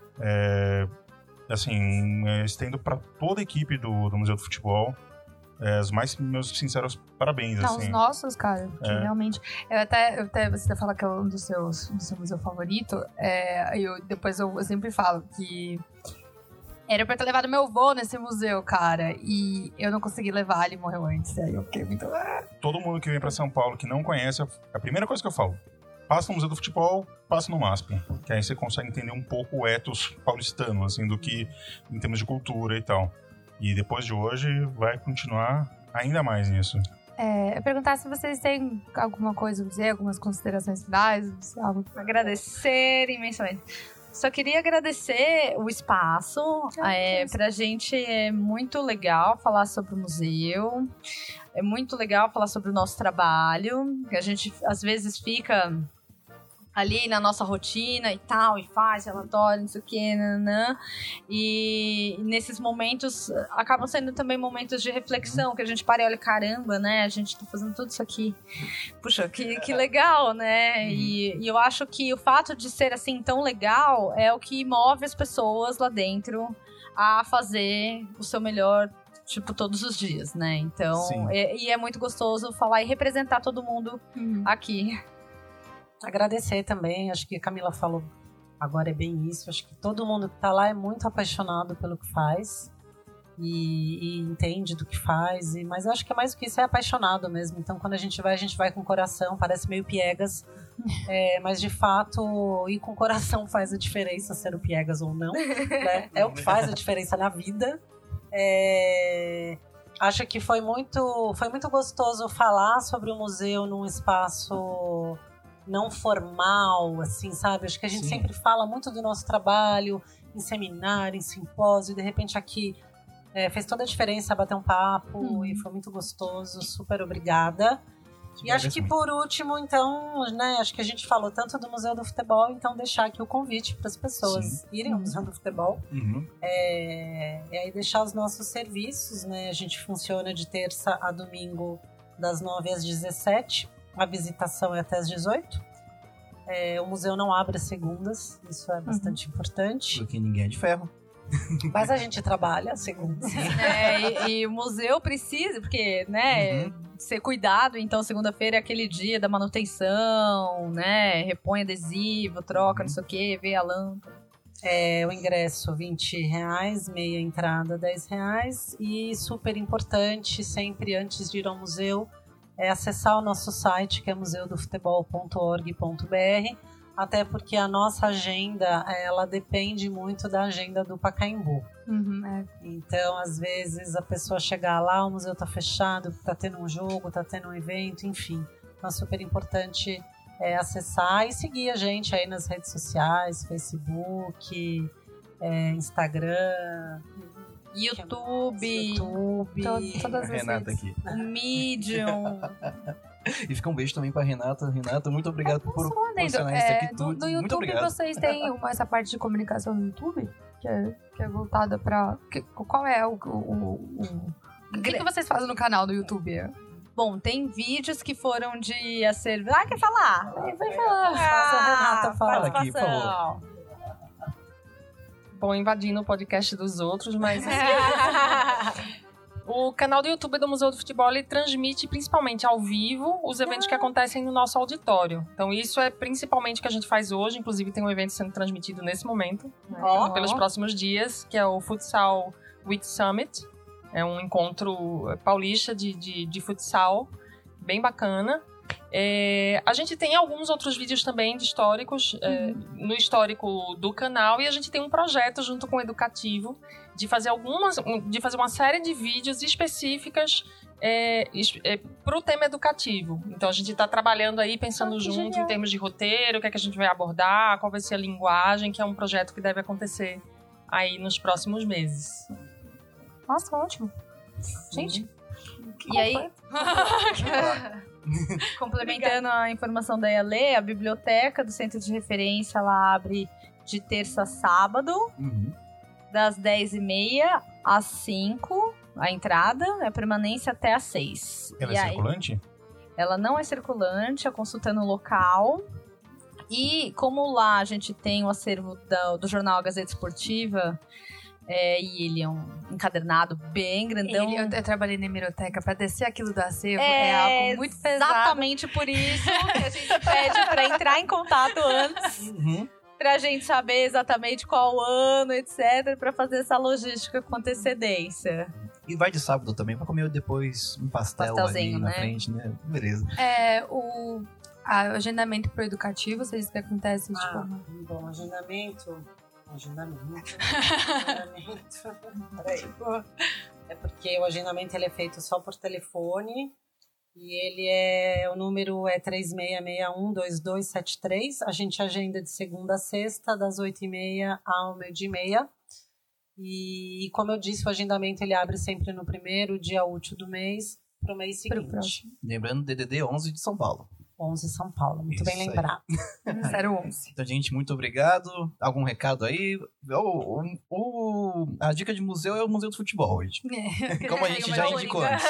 estendo para toda a equipe do Museu do Futebol os meus sinceros parabéns. Não, assim. os nossos, cara, que realmente... Eu até você fala que é um do seu museu favorito, depois eu sempre falo que era pra ter levado meu avô nesse museu, cara, e eu não consegui levar, ele morreu antes, aí eu fiquei muito... Todo mundo que vem pra São Paulo que não conhece, a primeira coisa que eu falo, passa no Museu do Futebol, passa no MASP, que aí você consegue entender um pouco o ethos paulistano, assim, do que em termos de cultura e tal. E depois de hoje vai continuar ainda mais nisso. Eu perguntar se vocês têm alguma coisa a dizer, algumas considerações finais, algo. Agradecer imensamente. Só queria agradecer o espaço. Pra gente é muito legal falar sobre o museu. É muito legal falar sobre o nosso trabalho. A gente às vezes fica ali na nossa rotina e tal, e faz relatório, não sei o que, nanã. E nesses momentos acabam sendo também momentos de reflexão, que a gente para e olha, caramba, né? A gente tá fazendo tudo isso aqui. Puxa, que legal, né? E eu acho que o fato de ser assim tão legal é o que move as pessoas lá dentro a fazer o seu melhor, tipo, todos os dias, né? Então, é muito gostoso falar e representar todo mundo aqui. Agradecer também, acho que a Camila falou agora é bem isso, acho que todo mundo que tá lá é muito apaixonado pelo que faz e entende do que faz, mas eu acho que é mais do que isso, é apaixonado mesmo. Então quando a gente vai com o coração, parece meio piegas, mas de fato ir com o coração faz a diferença, ser o piegas ou não, né? É o que faz a diferença na vida. Acho que foi muito gostoso falar sobre o museu num espaço não formal, assim, sabe? Acho que a gente sempre fala muito do nosso trabalho em seminário, em simpósio, e de repente aqui fez toda a diferença bater um papo e foi muito gostoso, super obrigada. E acho que por último, então, né, acho que a gente falou tanto do Museu do Futebol, então deixar aqui o convite para as pessoas irem ao Museu do Futebol e aí deixar os nossos serviços, né? A gente funciona de terça a domingo das 9 às 17. A visitação é até às 18. O museu não abre às segundas, isso é bastante importante. Porque ninguém é de ferro. Mas a gente trabalha às segundas. E o museu precisa, porque, né, ser cuidado. Então, segunda-feira é aquele dia da manutenção, né? Repõe adesivo, troca, não sei o quê, vê a lâmpada. O ingresso R$20, meia entrada R$10. E super importante, sempre antes de ir ao museu, acessar o nosso site, que é museudofutebol.org.br, até porque a nossa agenda, ela depende muito da agenda do Pacaembu. Então, às vezes, a pessoa chegar lá, o museu tá fechado, tá tendo um jogo, tá tendo um evento, enfim. Então, é super importante acessar e seguir a gente aí nas redes sociais, Facebook, Instagram... YouTube, todas as Renata redes. aqui. O Medium. E fica um beijo também pra Renata. Renata, muito obrigado por proporcionar isso aqui tudo. No YouTube, muito obrigado. vocês têm essa parte de comunicação no YouTube? Que é voltada pra... Qual é o que vocês fazem no canal do YouTube? Bom, tem vídeos que foram de acervo. Quer falar? Vai falar. Faça a Renata Fala aqui, por favor. Bom, invadindo o podcast dos outros, mas o canal do YouTube do Museu do Futebol, ele transmite principalmente ao vivo os eventos que acontecem no nosso auditório. Então isso é principalmente o que a gente faz hoje, inclusive tem um evento sendo transmitido nesse momento, né, pelos próximos dias, que é o Futsal Week Summit. É um encontro paulista de futsal, bem bacana. A gente tem alguns outros vídeos também de históricos, no histórico do canal, e a gente tem um projeto junto com o Educativo de fazer uma série de vídeos específicas para o tema educativo. Então a gente está trabalhando aí, pensando junto em termos de roteiro, o que é que a gente vai abordar, qual vai ser a linguagem, que é um projeto que deve acontecer aí nos próximos meses. Nossa, ótimo. Gente, e aí... Complementando a informação da Yalê, a biblioteca do Centro de Referência, ela abre de terça a sábado, das 10h30 às 5h, a entrada, a permanência até às 6h. Ela é circulante? Ela não é circulante, a consulta é no local. E como lá a gente tem o acervo do jornal A Gazeta Esportiva, e ele é um encadernado bem grandão. Eu trabalhei na hemeroteca, pra descer aquilo do acervo é algo muito pesado. Exatamente por isso que a gente pede pra entrar em contato antes. Pra gente saber exatamente qual ano, etc. Pra fazer essa logística com antecedência. E vai de sábado também pra comer depois um pastelzinho ali na frente, né? Beleza. O agendamento pro educativo, vocês que acontece? Bom, agendamento. Peraí. É porque o agendamento ele é feito só por telefone e o número é 3661-2273. A gente agenda de segunda a sexta, das 8h30 ao 12h30. E como eu disse, o agendamento ele abre sempre no primeiro dia útil do mês para o mês seguinte. Lembrando, DDD 11 de São Paulo. 11 São Paulo, muito bem lembrado. 011. Então, gente, muito obrigado. Algum recado aí? A dica de museu é o Museu do Futebol hoje. Como a gente já indicou antes.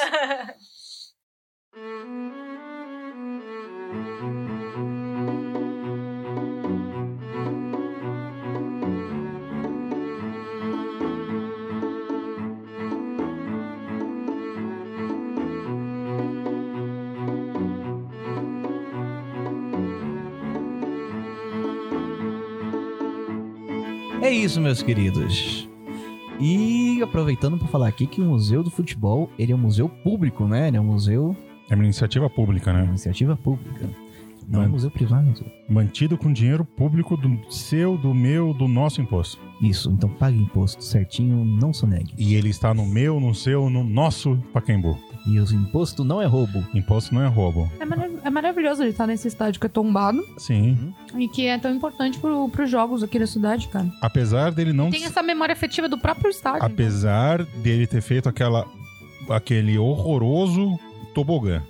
É isso, meus queridos. E aproveitando para falar aqui que o Museu do Futebol, ele é um museu público, né? Ele é um museu... É uma iniciativa pública, né? Iniciativa pública. Não é um museu privado. Mantido com dinheiro público do seu, do meu, do nosso imposto. Isso, então pague imposto certinho, não sonegue. E ele está no meu, no seu, no nosso Pacaembu. E o imposto não é roubo. Imposto não é roubo. É maravilhoso ele estar nesse estádio que é tombado. Sim. E que é tão importante pros jogos aqui da cidade, cara. Apesar dele não... Tem essa memória afetiva do próprio estádio. Apesar dele ter feito aquele horroroso tobogã.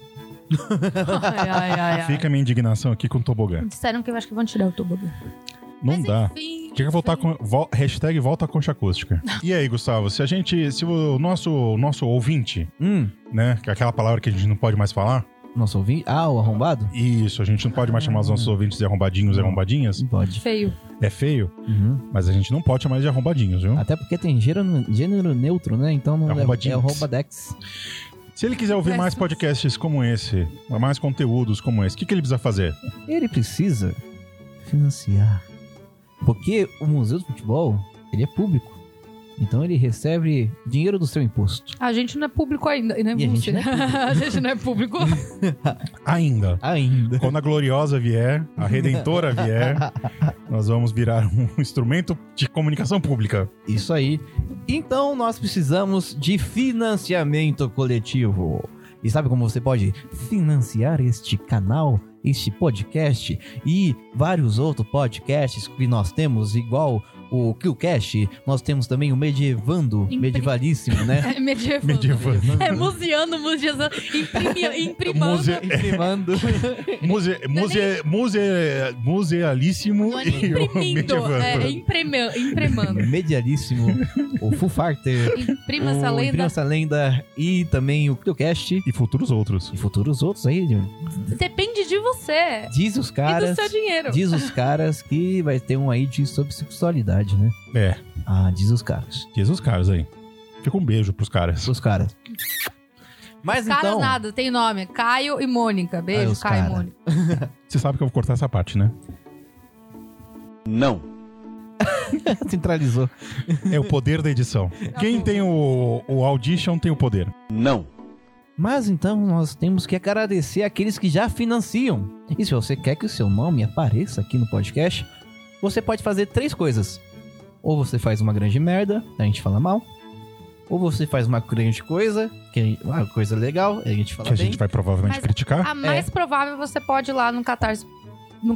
Ai. Fica a minha indignação aqui com o tobogã. Disseram que eu acho que vão tirar o tobogã. Não Mas dá. Enfim, Tinha que voltar com... Hashtag volta a concha acústica. E aí, Gustavo, se o nosso ouvinte, né, que é aquela palavra que a gente não pode mais falar... Nosso ouvinte? O arrombado? Isso, a gente não pode mais chamar os nossos ouvintes de arrombadinhos e arrombadinhas. Não pode. Feio. É feio? Mas a gente não pode chamar de arrombadinhos, viu? Até porque tem gênero neutro, né? Então não é arrombadex. Se ele quiser ouvir mais podcasts como esse, mais conteúdos como esse, o que ele precisa fazer? Ele precisa financiar. Porque o Museu do Futebol, ele é público. Então ele recebe dinheiro do seu imposto. A gente não é público ainda. E nem a gente não é público. A gente não é público. Ainda. Quando a Gloriosa vier, a Redentora vier, nós vamos virar um instrumento de comunicação pública. Isso aí. Então nós precisamos de financiamento coletivo. E sabe como você pode financiar este canal, este podcast e vários outros podcasts que nós temos, igual o Killcast, nós temos também o Medievando, medievalíssimo, né? Medievando. É museando, imprimando. Musealíssimo e o Medievando. Impremando. Medialíssimo, o Foo Fighter, Imprima essa lenda e também o Killcast. E futuros outros. Aí. Depende de você. Diz os caras. E do seu dinheiro. Diz os caras que vai ter um aí sobre sexualidade, né? É. Diz os caras. Diz os caras aí. Fica um beijo pros caras. Mas os caras nada, tem nome. Caio e Mônica. Beijo, Caio e Mônica. Você sabe que eu vou cortar essa parte, né? Não. Centralizou. É o poder da edição. Quem tem o Audition tem o poder. Não. Mas então nós temos que agradecer aqueles que já financiam. E se você quer que o seu nome apareça aqui no podcast, você pode fazer 3 coisas. Ou você faz uma grande merda, a gente fala mal. Ou você faz uma grande coisa, uma coisa legal, a gente fala que a bem. gente vai provavelmente Mas criticar. A mais provável você pode ir lá no Catarse. No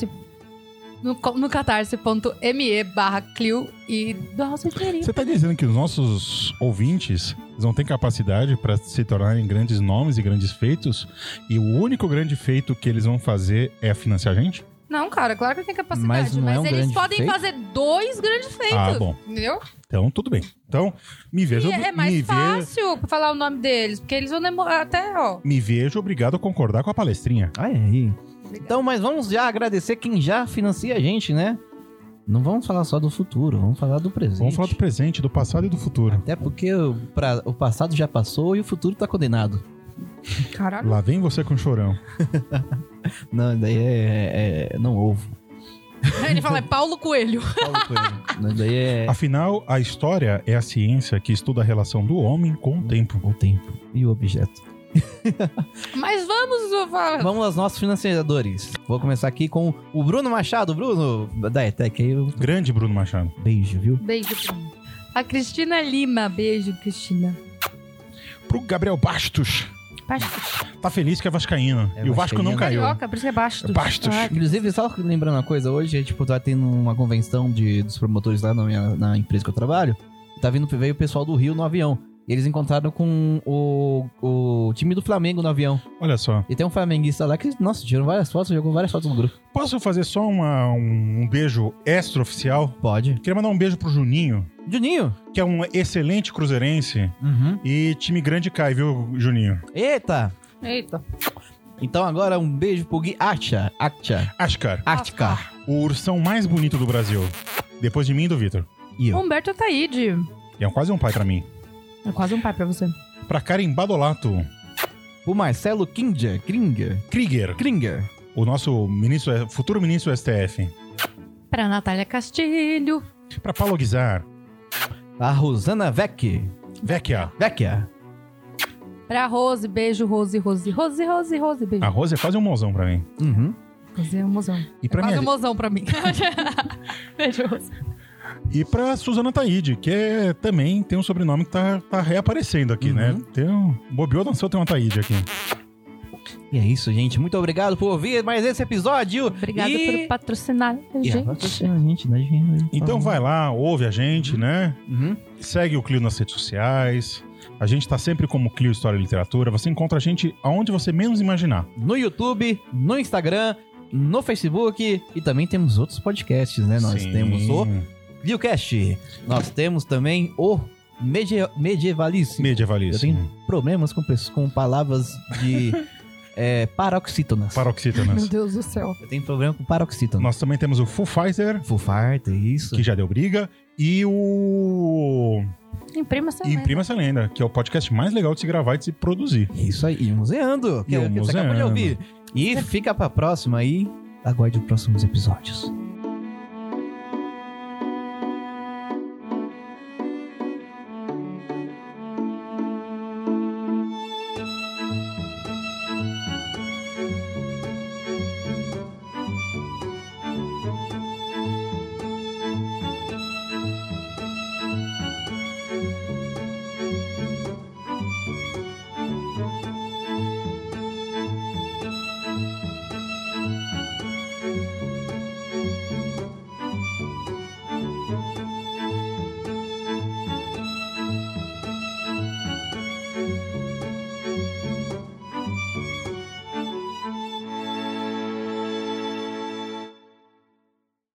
catarse.me/Clio e doar o seu dinheirinho. Você tá dizendo que os nossos ouvintes não têm capacidade para se tornarem grandes nomes e grandes feitos, e o único grande feito que eles vão fazer é financiar a gente? Não, cara, claro que tem capacidade. Mas não é um eles grande podem feito? fazer 2 grandes feitos. Ah, bom. Entendeu? Então, tudo bem. Então, me vejo... E é mais fácil pra falar o nome deles, porque eles vão demorar até, ó. Me vejo obrigado a concordar com a palestrinha. Aí. Então, mas vamos já agradecer quem já financia a gente, né? Não vamos falar só do futuro, vamos falar do presente. Vamos falar do presente, do passado e do futuro. Até porque o passado já passou e o futuro tá condenado. Caralho. Lá vem você com o chorão. Não, daí não ovo. Ele fala, é Paulo Coelho. Não, daí é Afinal, a história é a ciência que estuda a relação do homem com o tempo. o tempo e o objeto. Mas vamos... Vamos aos nossos financiadores. Vou começar aqui com o Bruno Machado. Bruno, da ETEC aí. Grande Bruno Machado. Beijo, viu? Beijo pra mim. A Cristina Lima. Beijo, Cristina. Pro Gabriel Bastos. Bastos. Tá feliz que é vascaíno. É E o Vasco não vascaíno. caiu. Carioca, por isso que é Bastos. Bastos. Ah, Inclusive, só lembrando uma coisa, hoje, tipo, tá tendo uma convenção dos promotores lá na empresa que eu trabalho. Veio o pessoal do Rio no avião. E eles encontraram com o time do Flamengo no avião. Olha só. E tem um flamenguista lá que, nossa, tirou várias fotos, jogou várias fotos no grupo. Posso fazer só um beijo extra-oficial? Pode. Queria mandar um beijo pro Juninho, Juninho. que é um excelente cruzeirense. Uhum. E time grande cai, viu, Juninho? Eita. Eita. Então agora um beijo pro Gui Acha. Ashkar, o ursão mais bonito do Brasil. Depois de mim e do Vitor. E eu. Humberto Ataíde. E é quase um pai pra mim. É quase um pai pra você. Pra Karen Badolato. O Marcelo Kringer. O nosso futuro ministro do STF. Pra Natália Castilho. Pra Paulo Guizar. A Rosana Vecchia. Pra Rose. Beijo, Rose, beijo. A Rose é quase um mozão pra mim. Uhum. Rose é um mozão. E pra Quase minha... um mozão pra mim. Beijo, Rose. E pra Suzana Taide, que também tem um sobrenome que tá reaparecendo aqui, né? Bobeou dançou, tem uma Taide aqui. E é isso, gente. Muito obrigado por ouvir mais esse episódio. Obrigada por patrocinar a gente. Patrocina a gente, dá dinheiro aí. Então vai lá, ouve a gente, né? Uhum. Segue o Clio nas redes sociais. A gente tá sempre como Clio História e Literatura. Você encontra a gente aonde você menos imaginar. No YouTube, no Instagram, no Facebook e também temos outros podcasts, né? Nós Sim. temos o Viewcast. Nós temos também o Medievalíssimo. Eu tenho problemas com palavras de paroxítonas. Meu Deus do céu. Eu tenho problema com paroxítonas. Nós também temos o Full Fighter, Full Fighter, isso. que já deu briga. E o Imprima essa lenda. Imprima essa lenda, que é o podcast mais legal de se gravar e de se produzir. Isso aí, e o Museando, que você acabou de ouvir. E fica pra próxima aí. Aguarde os próximos episódios.